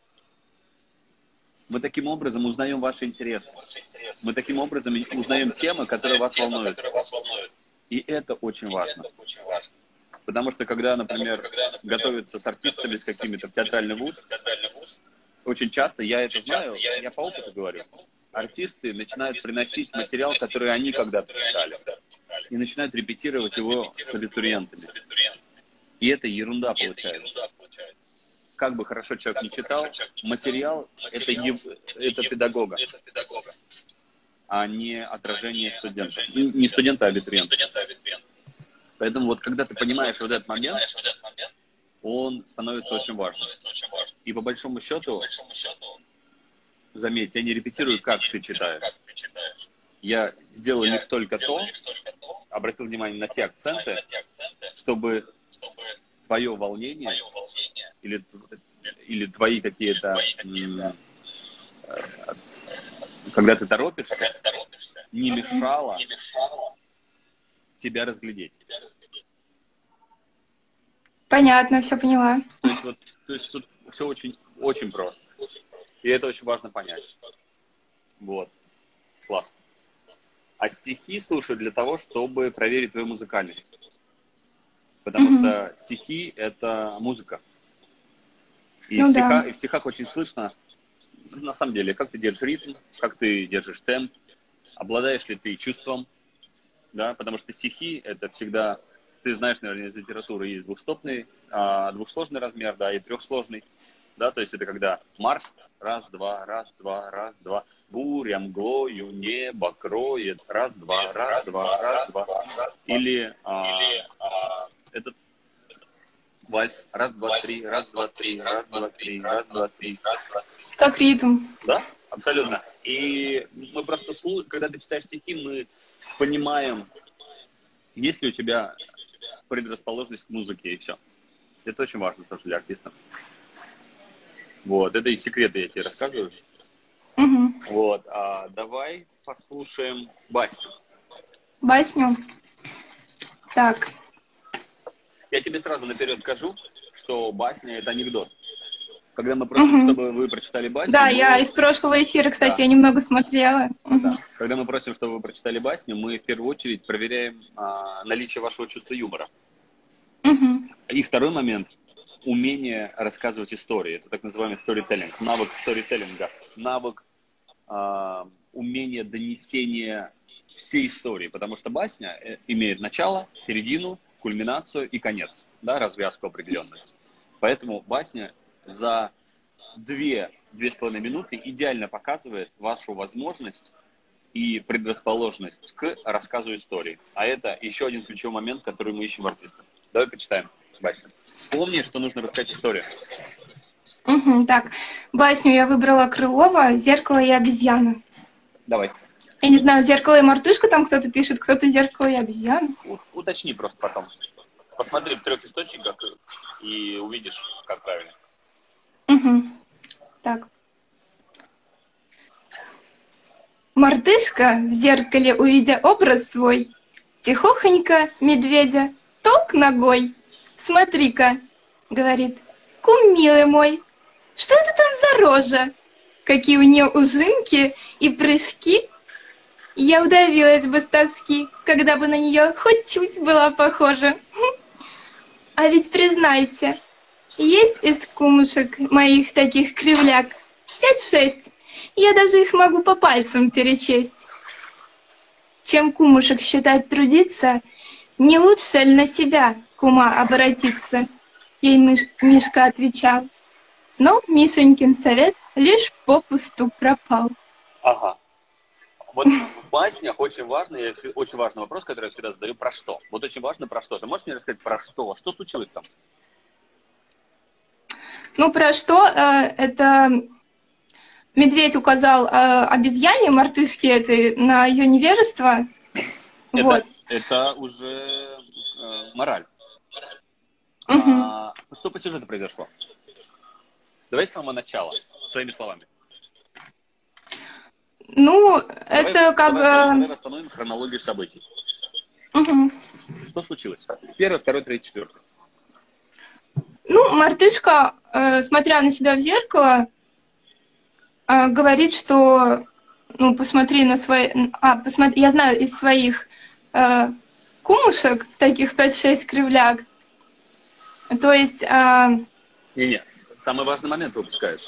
Speaker 1: Мы таким образом узнаем ваши интересы. Мы таким образом узнаем темы, которые вас волнуют. И это очень важно. Потому что когда, например, готовятся с артистами, с какими-то в театральный вуз, очень часто, я это знаю, я по опыту говорю, артисты начинают приносить материал, который они когда-то читали, и начинают репетировать его с абитуриентами. И это ерунда получается. Как бы хорошо человек не читал, материал – это, ев... это педагога, а не отражение студента. Не студента, а абитуриента. Поэтому вот когда ты понимаешь вот этот момент, он становится очень важным. И по большому счету, заметь, я не репетирую, как ты читаешь. Я сделал лишь только то, обратил внимание на те акценты, чтобы твое волнение или, или твои какие-то, когда ты торопишься, не мешало тебя разглядеть.
Speaker 2: Понятно, все поняла.
Speaker 1: То есть, вот, то есть тут все очень, очень просто. И это очень важно понять. Вот. Класс. А стихи слушаю для того, чтобы проверить твою музыкальность. Потому
Speaker 2: Мгм.
Speaker 1: что стихи — это музыка. И,
Speaker 2: Ну
Speaker 1: в
Speaker 2: да.
Speaker 1: стихах, и в стихах очень слышно, на самом деле, как ты держишь ритм, как ты держишь темп, обладаешь ли ты чувством, да, потому что стихи — это всегда, ты знаешь, наверное, из литературы есть двухстопный, а, двухсложный размер, да, и трехсложный, да, то есть это когда марш, раз-два, раз-два, раз-два, буря мглою небо кроет, раз-два, раз-два, раз-два, или а, этот вальс, раз-два-три, раз-два-три, раз-два-три, раз-два-три,
Speaker 2: Как ритм.
Speaker 1: да, абсолютно. И мы просто, слу- когда ты читаешь стихи, мы понимаем, есть ли у тебя предрасположенность к музыке, и все. Это очень важно тоже для артиста. Вот, это и секреты я тебе рассказываю.
Speaker 2: Мгм.
Speaker 1: Вот, а давай послушаем басню.
Speaker 2: Басню. Так.
Speaker 1: Я тебе сразу наперед скажу, что басня — это анекдот. Когда мы просим,
Speaker 2: Мгм.
Speaker 1: чтобы вы прочитали басню...
Speaker 2: Да,
Speaker 1: мы-
Speaker 2: я из прошлого эфира, кстати,
Speaker 1: Да.
Speaker 2: я немного смотрела.
Speaker 1: Да.
Speaker 2: Мгм.
Speaker 1: Когда мы просим, чтобы вы прочитали басню, мы в первую очередь проверяем а, наличие вашего чувства юмора.
Speaker 2: Мгм.
Speaker 1: И второй момент – умение рассказывать истории. Это так называемый storytelling, навык сторителлинга, навык а, умения донесения всей истории. Потому что басня э, имеет начало, середину, кульминацию и конец, да, развязку определенную. Поэтому басня за две, две с половиной минуты идеально показывает вашу возможность и предрасположенность к рассказу истории. А это еще один ключевой момент, который мы ищем в артистах. Давай почитаем басню. Помни, что нужно рассказать историю.
Speaker 2: Мгм. Так, басню я выбрала Крылова «Зеркало и обезьяна».
Speaker 1: Давай.
Speaker 2: Я не знаю, «Зеркало и мартышка» там кто-то пишет, кто-то «Зеркало и обезьяна».
Speaker 1: У- уточни просто потом. Посмотри в трех источниках и увидишь, как правильно.
Speaker 2: Мгм. Так. Мартышка, в зеркале увидя образ свой, тихохонько медведя толк ногой. «Смотри-ка», — говорит, — «кум милый мой, что это там за рожа? какие у нее ужимки и прыжки. Я удавилась бы с тоски, когда бы на нее хоть чуть была похожа. А ведь признайся, есть из кумушек моих таких кривляк пять-шесть. Я даже их могу по пальцам перечесть. Чем кумушек считать трудиться, не лучше ли на себя, кума, обратиться? Ей Миш, Мишка отвечал. Но Мишенькин совет лишь попусту пропал.
Speaker 1: Ага. Вот в баснях очень важный, я всё- очень важный вопрос, который я всегда задаю, про что? Вот очень важно про что. Ты можешь мне рассказать про что? Что случилось там?
Speaker 2: Ну, про что? э, Это медведь указал э, обезьяне, мартышке этой, на ее невежество.
Speaker 1: Это,
Speaker 2: Вот.
Speaker 1: это уже э, мораль.
Speaker 2: Мгм.
Speaker 1: А, что по сюжету произошло? Давай с самого начала, своими словами.
Speaker 2: Ну,
Speaker 1: Давай,
Speaker 2: это как...
Speaker 1: давай,
Speaker 2: э,
Speaker 1: давай восстановим хронологию событий.
Speaker 2: мгм.
Speaker 1: Что случилось? Первый, второй, третий, четвертый.
Speaker 2: Ну, мартышка, э, смотря на себя в зеркало, э, говорит, что, ну, посмотри на свои... А, посмотри, я знаю из своих э, кумушек, таких пять-шесть кривляк, то есть... э,
Speaker 1: Не-не, самый важный момент ты упускаешь.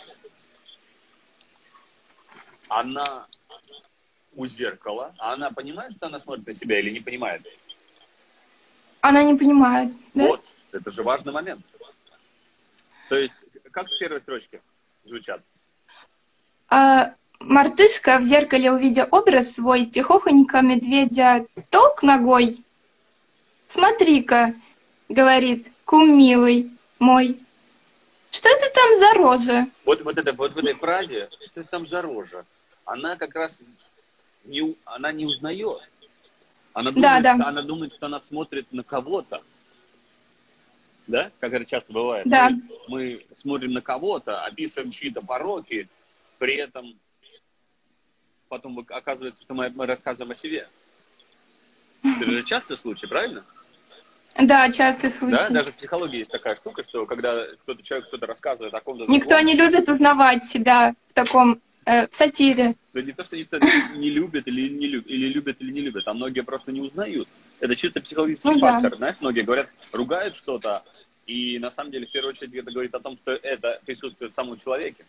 Speaker 1: Она у зеркала, а она понимает, что она смотрит на себя или не понимает?
Speaker 2: она не понимает, да?
Speaker 1: Вот, это же важный момент. То есть, как в первой строчке звучат?
Speaker 2: А мартышка в зеркале, увидя образ свой, тихохонько медведя толк ногой. «Смотри-ка», — говорит, — «кум милый мой, что это там за рожа?»
Speaker 1: Вот, вот, это, вот в этой фразе, что это там за рожа, она как раз не, у- она не узнает. Она думает,
Speaker 2: Да, да.
Speaker 1: Что, она думает, что она смотрит на кого-то. Да? Как это часто бывает.
Speaker 2: Да.
Speaker 1: Мы, мы смотрим на кого-то, описываем чьи-то пороки, при этом потом вы- оказывается, что мы, мы рассказываем о себе. Это же частый случай, правильно?
Speaker 2: Да, частый
Speaker 1: Да,
Speaker 2: случай.
Speaker 1: даже в психологии есть такая штука, что когда кто-то человек кто-то рассказывает о ком-то
Speaker 2: Никто
Speaker 1: другом,
Speaker 2: не любит узнавать себя в таком, э, в сатире.
Speaker 1: да не то, что никто не не любит или не любит, или любит или не любит, а многие просто не узнают. Это чисто психологический
Speaker 2: Ну да.
Speaker 1: фактор. Знаешь, многие говорят, ругают что-то, и на самом деле в первую очередь это говорит о том, что это присутствует в самом человеке.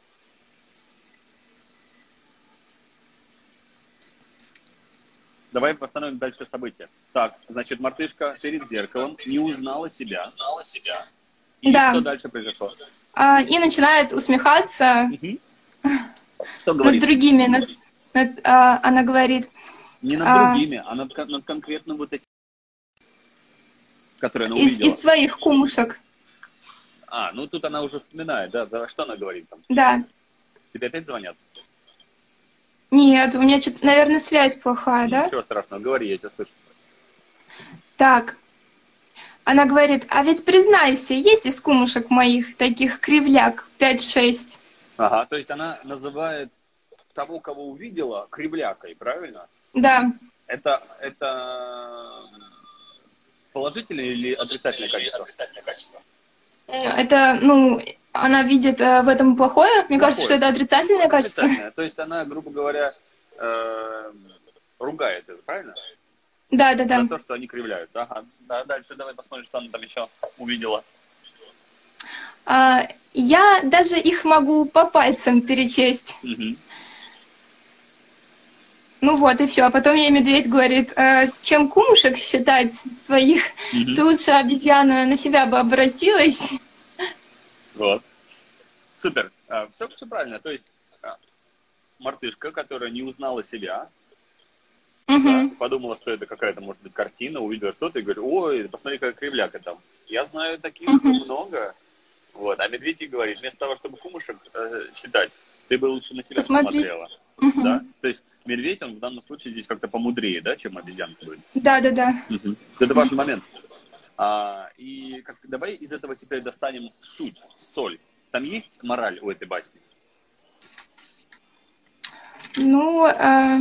Speaker 1: Давай восстановим дальше события. Так, значит, мартышка перед зеркалом не узнала себя. Узнала себя. И
Speaker 2: Да.
Speaker 1: что дальше произошло?
Speaker 2: А, и начинает усмехаться
Speaker 1: Мгм. Что
Speaker 2: над
Speaker 1: говорит?
Speaker 2: другими. Над, над- а, она говорит,
Speaker 1: Не над
Speaker 2: а,
Speaker 1: другими, а над, кон- над конкретно вот этим, которые она
Speaker 2: из,
Speaker 1: увидела.
Speaker 2: из своих кумушек.
Speaker 1: А, ну тут она уже вспоминает, да, да, что она говорит там?
Speaker 2: Да.
Speaker 1: Тебе опять звонят?
Speaker 2: Нет, у меня, что-то, наверное, связь плохая, да?
Speaker 1: Ничего страшного, говори, я тебя слышу.
Speaker 2: Так. Она говорит, а ведь признайся, есть из кумушек моих таких кривляк пять-шесть?
Speaker 1: Ага, то есть она называет того, кого увидела, кривлякой, правильно?
Speaker 2: Да.
Speaker 1: Это, это положительное или отрицательное качество?
Speaker 2: Это, ну, она видит э, в этом плохое. Мне кажется, что
Speaker 1: Плохое.
Speaker 2: это отрицательное качество.
Speaker 1: Отрицательное. То есть она, грубо говоря, э, ругает это, правильно?
Speaker 2: Да, да,
Speaker 1: За
Speaker 2: да.
Speaker 1: то, что они кривляются. Ага, да, дальше давай посмотрим, что она там еще увидела.
Speaker 2: А, я даже их могу по пальцам перечесть.
Speaker 1: Мгм.
Speaker 2: Ну вот, и все. А потом ей медведь говорит, «Э, чем кумушек считать своих,
Speaker 1: Мгм.
Speaker 2: то лучше обезьяна на себя бы обратилась.
Speaker 1: Вот. Супер. Все, все правильно. То есть а, мартышка, которая не узнала себя, да,
Speaker 2: Мгм.
Speaker 1: подумала, что это какая-то, может быть, картина, увидела что-то и говорит, ой, посмотри, какая кривляка там. Я знаю таких
Speaker 2: Мгм.
Speaker 1: много. Вот. А медведь ей говорит, вместо того, чтобы кумушек э, считать, ты бы лучше на себя
Speaker 2: Посмотри.
Speaker 1: посмотрела.
Speaker 2: Мгм.
Speaker 1: Да? То есть медведь, он в данном случае здесь как-то помудрее, да, чем обезьянка будет.
Speaker 2: Да, да, да.
Speaker 1: Мгм. Это важный момент. А, и как, давай из этого теперь достанем суть, соль. Там есть мораль у этой басни?
Speaker 2: Ну, э,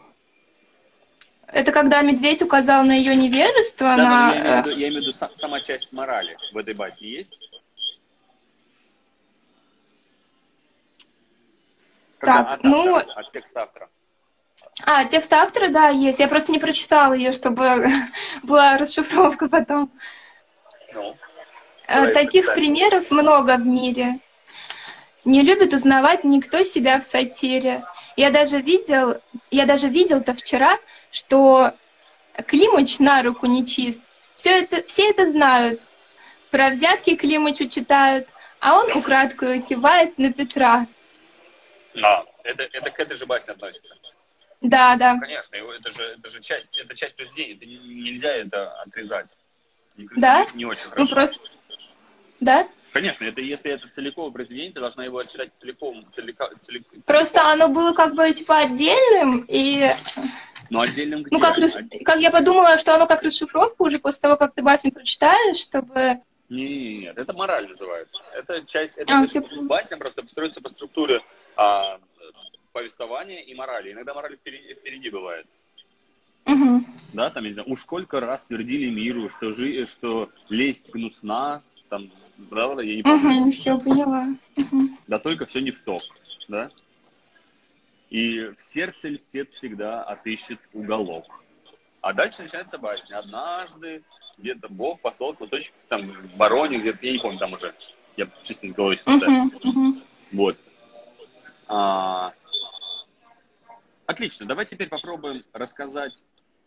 Speaker 2: это когда медведь указал на ее невежество,
Speaker 1: Да, но
Speaker 2: на...
Speaker 1: я имею в
Speaker 2: э,
Speaker 1: виду, я имею в виду са- сама часть морали в этой басне есть? Когда?
Speaker 2: Так,
Speaker 1: От
Speaker 2: ну,
Speaker 1: автора, от текста автора.
Speaker 2: а, текст автора, да, есть. Я просто не прочитала ее, чтобы была расшифровка потом.
Speaker 1: Ну,
Speaker 2: Э,
Speaker 1: давай
Speaker 2: Таких
Speaker 1: прочитаем.
Speaker 2: примеров много в мире. Не любит узнавать никто себя в сатире. Я даже видел, я даже видел-то вчера, что Климыч на руку не чист. Все это, все это знают. Про взятки Климычу читают, а он украдкою кивает на Петра.
Speaker 1: А, это, это к этой же басне относится.
Speaker 2: Да, да.
Speaker 1: Конечно, его- это же, это же часть, это часть произведения, это не- нельзя это отрезать. Не,
Speaker 2: Да?
Speaker 1: не- не очень
Speaker 2: Ну
Speaker 1: хорошо.
Speaker 2: просто... Да?
Speaker 1: Конечно, это если это целиковое произведение, ты должна его отчитать целиком, целика- целик-
Speaker 2: Просто
Speaker 1: целиком.
Speaker 2: оно было как бы типа отдельным, и
Speaker 1: Но отдельным
Speaker 2: ну
Speaker 1: где?
Speaker 2: как, рас-
Speaker 1: От-
Speaker 2: как я подумала, что оно как расшифровка уже после того, как ты басню прочитаешь, чтобы...
Speaker 1: Не, нет, это мораль называется. Это часть, это,
Speaker 2: А,
Speaker 1: это
Speaker 2: всё поняла.
Speaker 1: басня просто строится по структуре а, повествования и морали. Иногда мораль впереди, впереди бывает.
Speaker 2: Мгм.
Speaker 1: Да, там, я не знаю, уж сколько раз твердили миру, что, жи, что лесть гнусна, там, да, да, я не помню.
Speaker 2: Мгм, все поняла. Мгм.
Speaker 1: Да только все не в ток, да. И в сердце льстец всегда отыщет уголок. А дальше начинается басня. Однажды где-то Бог послал кусочек там вороне, где-то, я не помню, там уже. Я чисто из головы сейчас читаю.
Speaker 2: Мгм, мгм.
Speaker 1: Вот. А, отлично. Давай теперь попробуем рассказать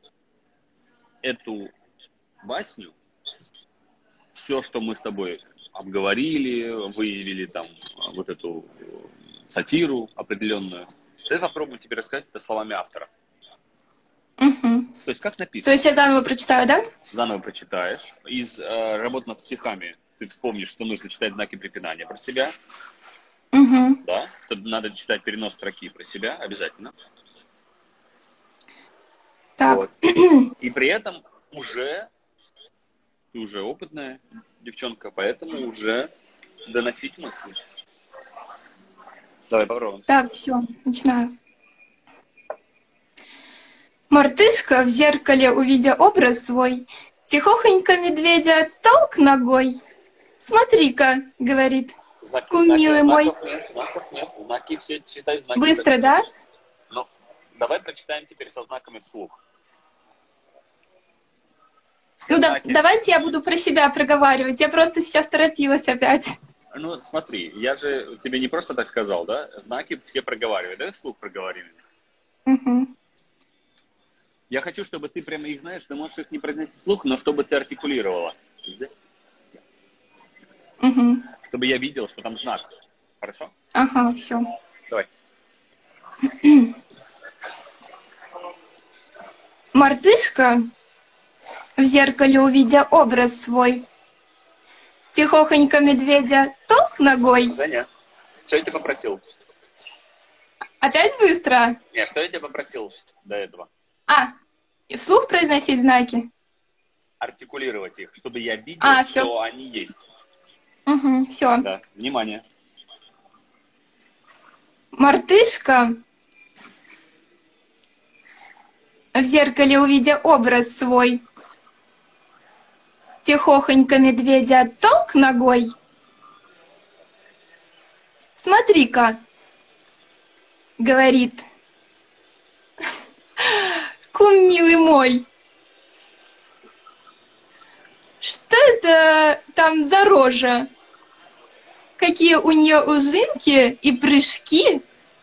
Speaker 1: эту басню. Все, что мы с тобой обговорили, выявили там вот эту э, сатиру определенную. Давай попробуем теперь рассказать это словами автора.
Speaker 2: Мгм.
Speaker 1: То есть как
Speaker 2: То
Speaker 1: написано.
Speaker 2: есть я заново прочитаю, да?
Speaker 1: Заново прочитаешь. Из э, работ над стихами ты вспомнишь, что нужно читать знаки препинания про себя.
Speaker 2: Мгм.
Speaker 1: Да? Что надо читать перенос строки про себя обязательно.
Speaker 2: Так.
Speaker 1: Вот. И при этом уже ты уже опытная девчонка, поэтому уже доносить мысли. Давай попробуем.
Speaker 2: Так, все, начинаю. Мартышка в зеркале, увидя образ свой, тихохонько медведя толк ногой. «Смотри-ка», — говорит,
Speaker 1: Знаки,
Speaker 2: «кум
Speaker 1: знаки,
Speaker 2: милый мой».
Speaker 1: знаков нет, знаков нет. Знаки все, читай знаки.
Speaker 2: Быстро, да?
Speaker 1: Ну, давай прочитаем теперь со знаками вслух. Все
Speaker 2: Ну да,
Speaker 1: знаки.
Speaker 2: давайте я буду про себя проговаривать. Я просто сейчас торопилась опять.
Speaker 1: Ну, смотри, я же тебе не просто так сказал, да? Знаки все проговаривай. Давай вслух проговорим.
Speaker 2: Мгм.
Speaker 1: Я хочу, чтобы ты прямо их знаешь, ты можешь их не произносить вслух, но чтобы ты артикулировала. З-
Speaker 2: Мгм.
Speaker 1: Чтобы я видел, что там знак. Хорошо?
Speaker 2: Ага, все.
Speaker 1: Давай.
Speaker 2: Мартышка, в зеркале увидя образ свой, тихохонько медведя толк ногой.
Speaker 1: Женя, что я тебя попросил?
Speaker 2: Опять быстро?
Speaker 1: Не, что я тебя попросил до этого?
Speaker 2: А, и вслух произносить знаки?
Speaker 1: Артикулировать их, чтобы я видел,
Speaker 2: А,
Speaker 1: что
Speaker 2: всё.
Speaker 1: они есть.
Speaker 2: Угу, все.
Speaker 1: Да, внимание.
Speaker 2: Мартышка, в зеркале увидя образ свой, тихохонько медведя толк ногой. «Смотри-ка», — говорит, «кум милый мой, что это там за рожа? Какие у нее ужинки и прыжки?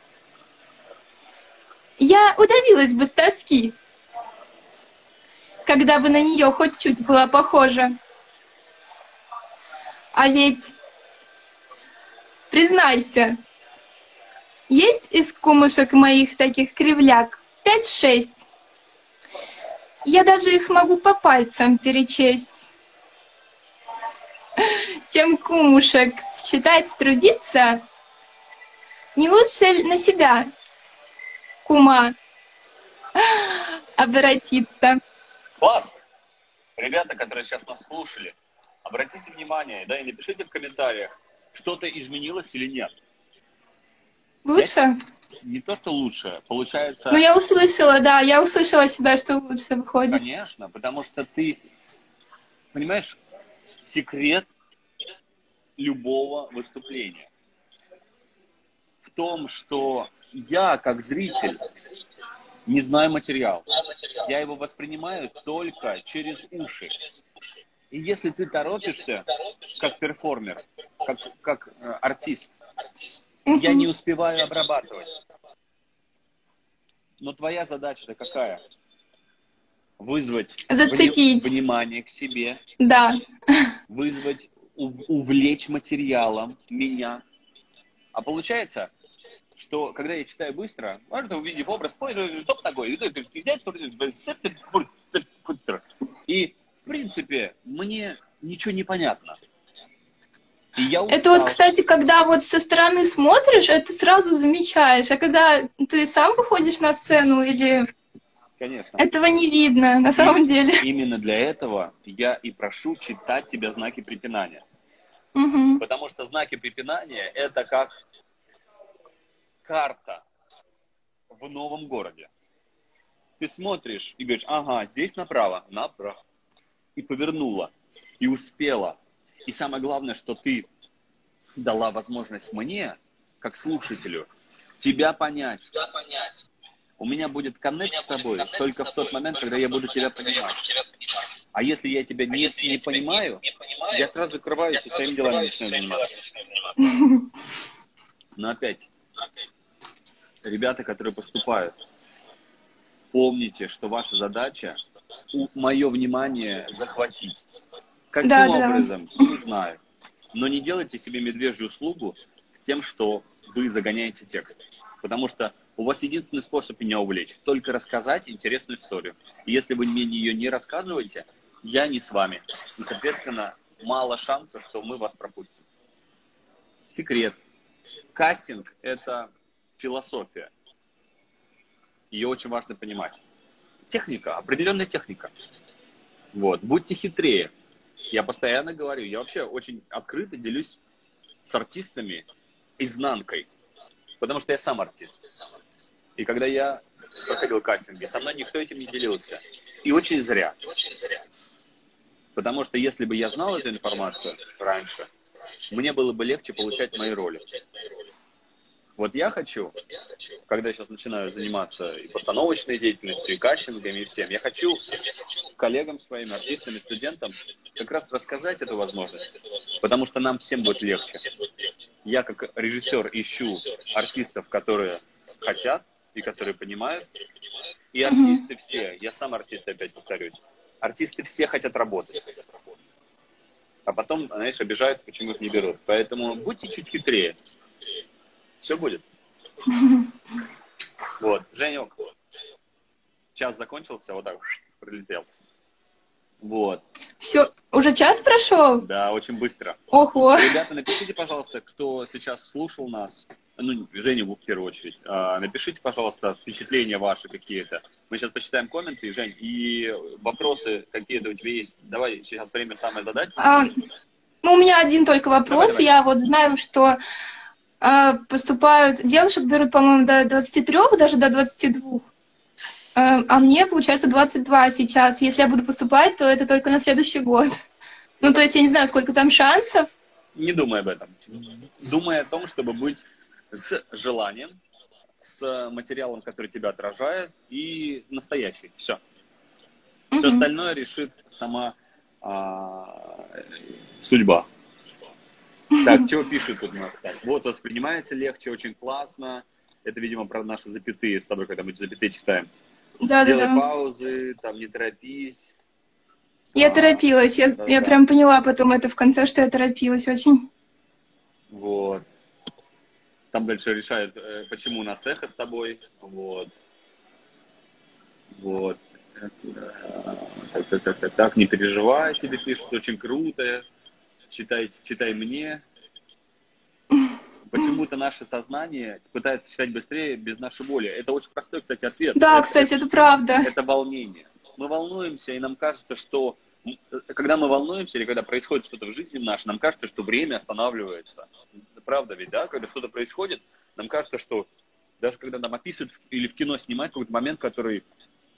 Speaker 2: Я удавилась бы с тоски, когда бы на нее хоть чуть была похожа. А ведь, признайся, есть из кумушек моих таких кривляк пять-шесть. Я даже их могу по пальцам перечесть. Чем кумушек считать, трудиться, не лучше ли на себя, кума, обратиться?»
Speaker 1: Класс! Ребята, которые сейчас нас слушали, обратите внимание, да, и напишите в комментариях, что-то изменилось или нет.
Speaker 2: Лучше?
Speaker 1: Не то, что лучше, получается...
Speaker 2: Ну, я услышала, да, я услышала себя, что лучше выходит.
Speaker 1: Конечно, потому что ты, понимаешь, секрет любого выступления в в том, что я, как зритель, не знаю материал. Я его воспринимаю только через уши. И если ты торопишься, как перформер, как, как э, артист, я не успеваю обрабатывать. Но твоя задача-то какая? Вызвать
Speaker 2: Зацепить.
Speaker 1: вни- внимание к себе,
Speaker 2: Да.
Speaker 1: вызвать, ув- увлечь материалом меня. А получается, что когда я читаю быстро, можно увидев образ, топ ногой, и в принципе мне ничего не понятно. И я устал.
Speaker 2: Это вот, кстати, когда вот со стороны смотришь, это сразу замечаешь, а когда ты сам выходишь на сцену или...
Speaker 1: Конечно.
Speaker 2: Этого не видно, на самом
Speaker 1: И
Speaker 2: деле.
Speaker 1: именно для этого я и прошу читать тебе знаки препинания.
Speaker 2: Угу.
Speaker 1: Потому что знаки препинания – это как карта в новом городе. Ты смотришь и говоришь, ага, здесь направо, направо. И повернула, и успела. И самое главное, что ты дала возможность мне, как слушателю, тебя понять. У меня будет коннект с тобой только в тот момент, когда я буду тебя понимать. А если я тебя не, не понимаю, я сразу закрываюсь и своими делами начинаю заниматься. Но опять, ребята, которые поступают, помните, что ваша задача мое внимание захватить. Каким
Speaker 2: Да, да.
Speaker 1: образом? Не знаю. Но не делайте себе медвежью услугу тем, что вы загоняете текст. Потому что у вас единственный способ меня увлечь. Только рассказать интересную историю. И если вы мне ее не рассказываете, я не с вами. И, соответственно, мало шансов, что мы вас пропустим. Секрет. Кастинг – это философия. Ее очень важно понимать. Техника, определенная техника. Вот. Будьте хитрее. Я постоянно говорю, я вообще очень открыто делюсь с артистами изнанкой. Потому что я сам артист. И когда я проходил кастинги, со мной никто этим не делился. И очень зря. Потому что если бы я знал эту информацию раньше, мне было бы легче получать мои роли. Вот я хочу, когда я сейчас начинаю заниматься и постановочной деятельностью, и кастингами, и всем, я хочу коллегам своим, артистам и студентам как раз рассказать эту возможность. Потому что нам всем будет легче. Я как режиссер ищу артистов, которые хотят и которые понимают. И артисты все, я сам артист, опять повторюсь, артисты все хотят работать. А потом, знаешь, обижаются, почему их не берут. Поэтому будьте чуть хитрее. Все будет. Вот, Женек, час закончился, вот так прилетел. Вот.
Speaker 2: Все, уже час прошел?
Speaker 1: Да, очень быстро.
Speaker 2: Ого.
Speaker 1: Ребята, напишите, пожалуйста, кто сейчас слушал нас, ну, Женю в первую очередь, а, напишите, пожалуйста, впечатления ваши какие-то. Мы сейчас почитаем комменты, Жень, и вопросы какие-то у тебя есть. Давай сейчас время самое задать.
Speaker 2: А, ну, у меня один только вопрос.
Speaker 1: Давай, давай.
Speaker 2: Я вот знаю, что а, поступают, девушек берут, по-моему, до двадцати трёх, даже до двадцати двух. А, а мне, получается, двадцать два сейчас. Если я буду поступать, то это только на следующий год. Ну, то есть я не знаю, сколько там шансов.
Speaker 1: Не думай об этом. Думай о том, чтобы быть с желанием, с материалом, который тебя отражает, и настоящий. Все. Все
Speaker 2: Мгм.
Speaker 1: остальное решит сама а, судьба. Так, что пишет тут у нас? Так, вот, воспринимается легче, очень классно. Это, видимо, про наши запятые с тобой, когда мы эти запятые читаем.
Speaker 2: Да, да,
Speaker 1: Делай
Speaker 2: да.
Speaker 1: паузы, там, не торопись.
Speaker 2: Я
Speaker 1: А,
Speaker 2: торопилась. Я,
Speaker 1: да,
Speaker 2: я
Speaker 1: да.
Speaker 2: прям поняла потом это в конце, что я торопилась очень.
Speaker 1: Вот. Там дальше решают, э, почему у нас эхо с тобой. Вот. Вот. Э, Так, так, так, так, так, не переживай, тебе пишут, очень круто. Читай, читай мне. Почему-то наше сознание пытается читать быстрее без нашей воли. Это очень простой, кстати, ответ.
Speaker 2: Да,
Speaker 1: Это-
Speaker 2: кстати, это правда.
Speaker 1: Это волнение. Мы волнуемся, и нам кажется, что когда мы волнуемся или когда происходит что-то в жизни нашей, нам кажется, что время останавливается. Это правда ведь, да? Когда что-то происходит, нам кажется, что даже когда нам описывают или в кино снимают какой-то момент, который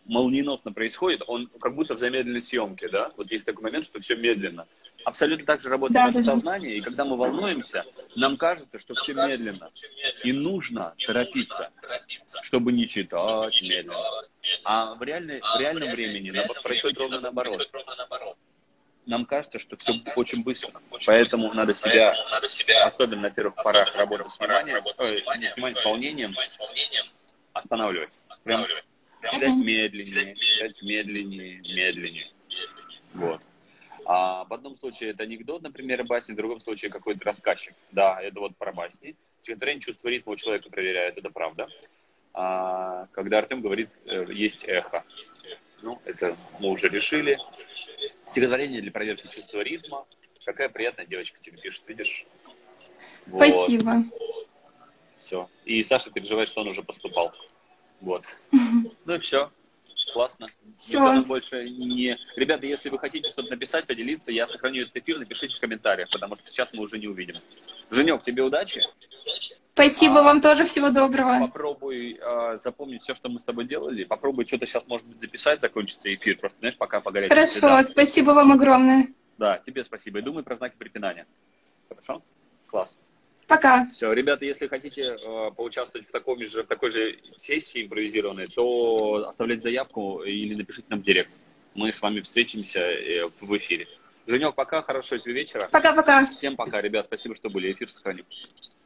Speaker 1: молниеносно происходит, он как будто в замедленной съемке, да? Вот есть такой момент, что все медленно. Абсолютно так же работает
Speaker 2: Да,
Speaker 1: наше
Speaker 2: да, да.
Speaker 1: сознание, и когда мы волнуемся, нам кажется, что все медленно. И нужно торопиться, чтобы не читать медленно. А в, реальной, в реальном времени наоборот, происходит ровно наоборот. Нам кажется, что все очень быстро. Поэтому надо себя, особенно на первых порах работы с вниманием, э, не с вниманием, с волнением, останавливать. Прям читать медленнее, читать медленнее, медленнее. Вот. А в одном случае это анекдот, например, басни, в другом случае какой-то рассказчик. Да, это вот про басни. Стихотворение чувство ритма у человека проверяет, это правда. А, когда Артем говорит, есть эхо. Ну, это мы уже решили. Стихотворение для проверки чувства ритма. Какая приятная девочка тебе пишет, видишь? Вот.
Speaker 2: Спасибо.
Speaker 1: Все. И Саша переживает, что он уже поступал. Вот. Ну и все. Классно.
Speaker 2: Все.
Speaker 1: Никто нам больше не... Ребята, если вы хотите что-то написать, поделиться, я сохраню этот эфир, напишите в комментариях, потому что сейчас мы уже не увидим. Женек, тебе удачи.
Speaker 2: Спасибо
Speaker 1: а,
Speaker 2: вам тоже, всего доброго.
Speaker 1: Попробуй а, запомнить все, что мы с тобой делали. Попробуй что-то сейчас, может быть, записать, закончится эфир. Просто, знаешь, пока по горячим
Speaker 2: Хорошо,
Speaker 1: следам.
Speaker 2: спасибо вам огромное.
Speaker 1: Да, тебе спасибо. И думай про знаки препинания. Хорошо? Класс.
Speaker 2: Пока.
Speaker 1: Все, ребята, если хотите э, поучаствовать в, таком же, в такой же сессии импровизированной, то оставляйте заявку или напишите нам в директ. Мы с вами встретимся э, в эфире. Женек, пока, хорошего тебе вечера.
Speaker 2: Пока-пока.
Speaker 1: Всем пока, ребят, спасибо, что были. Эфир сохраним.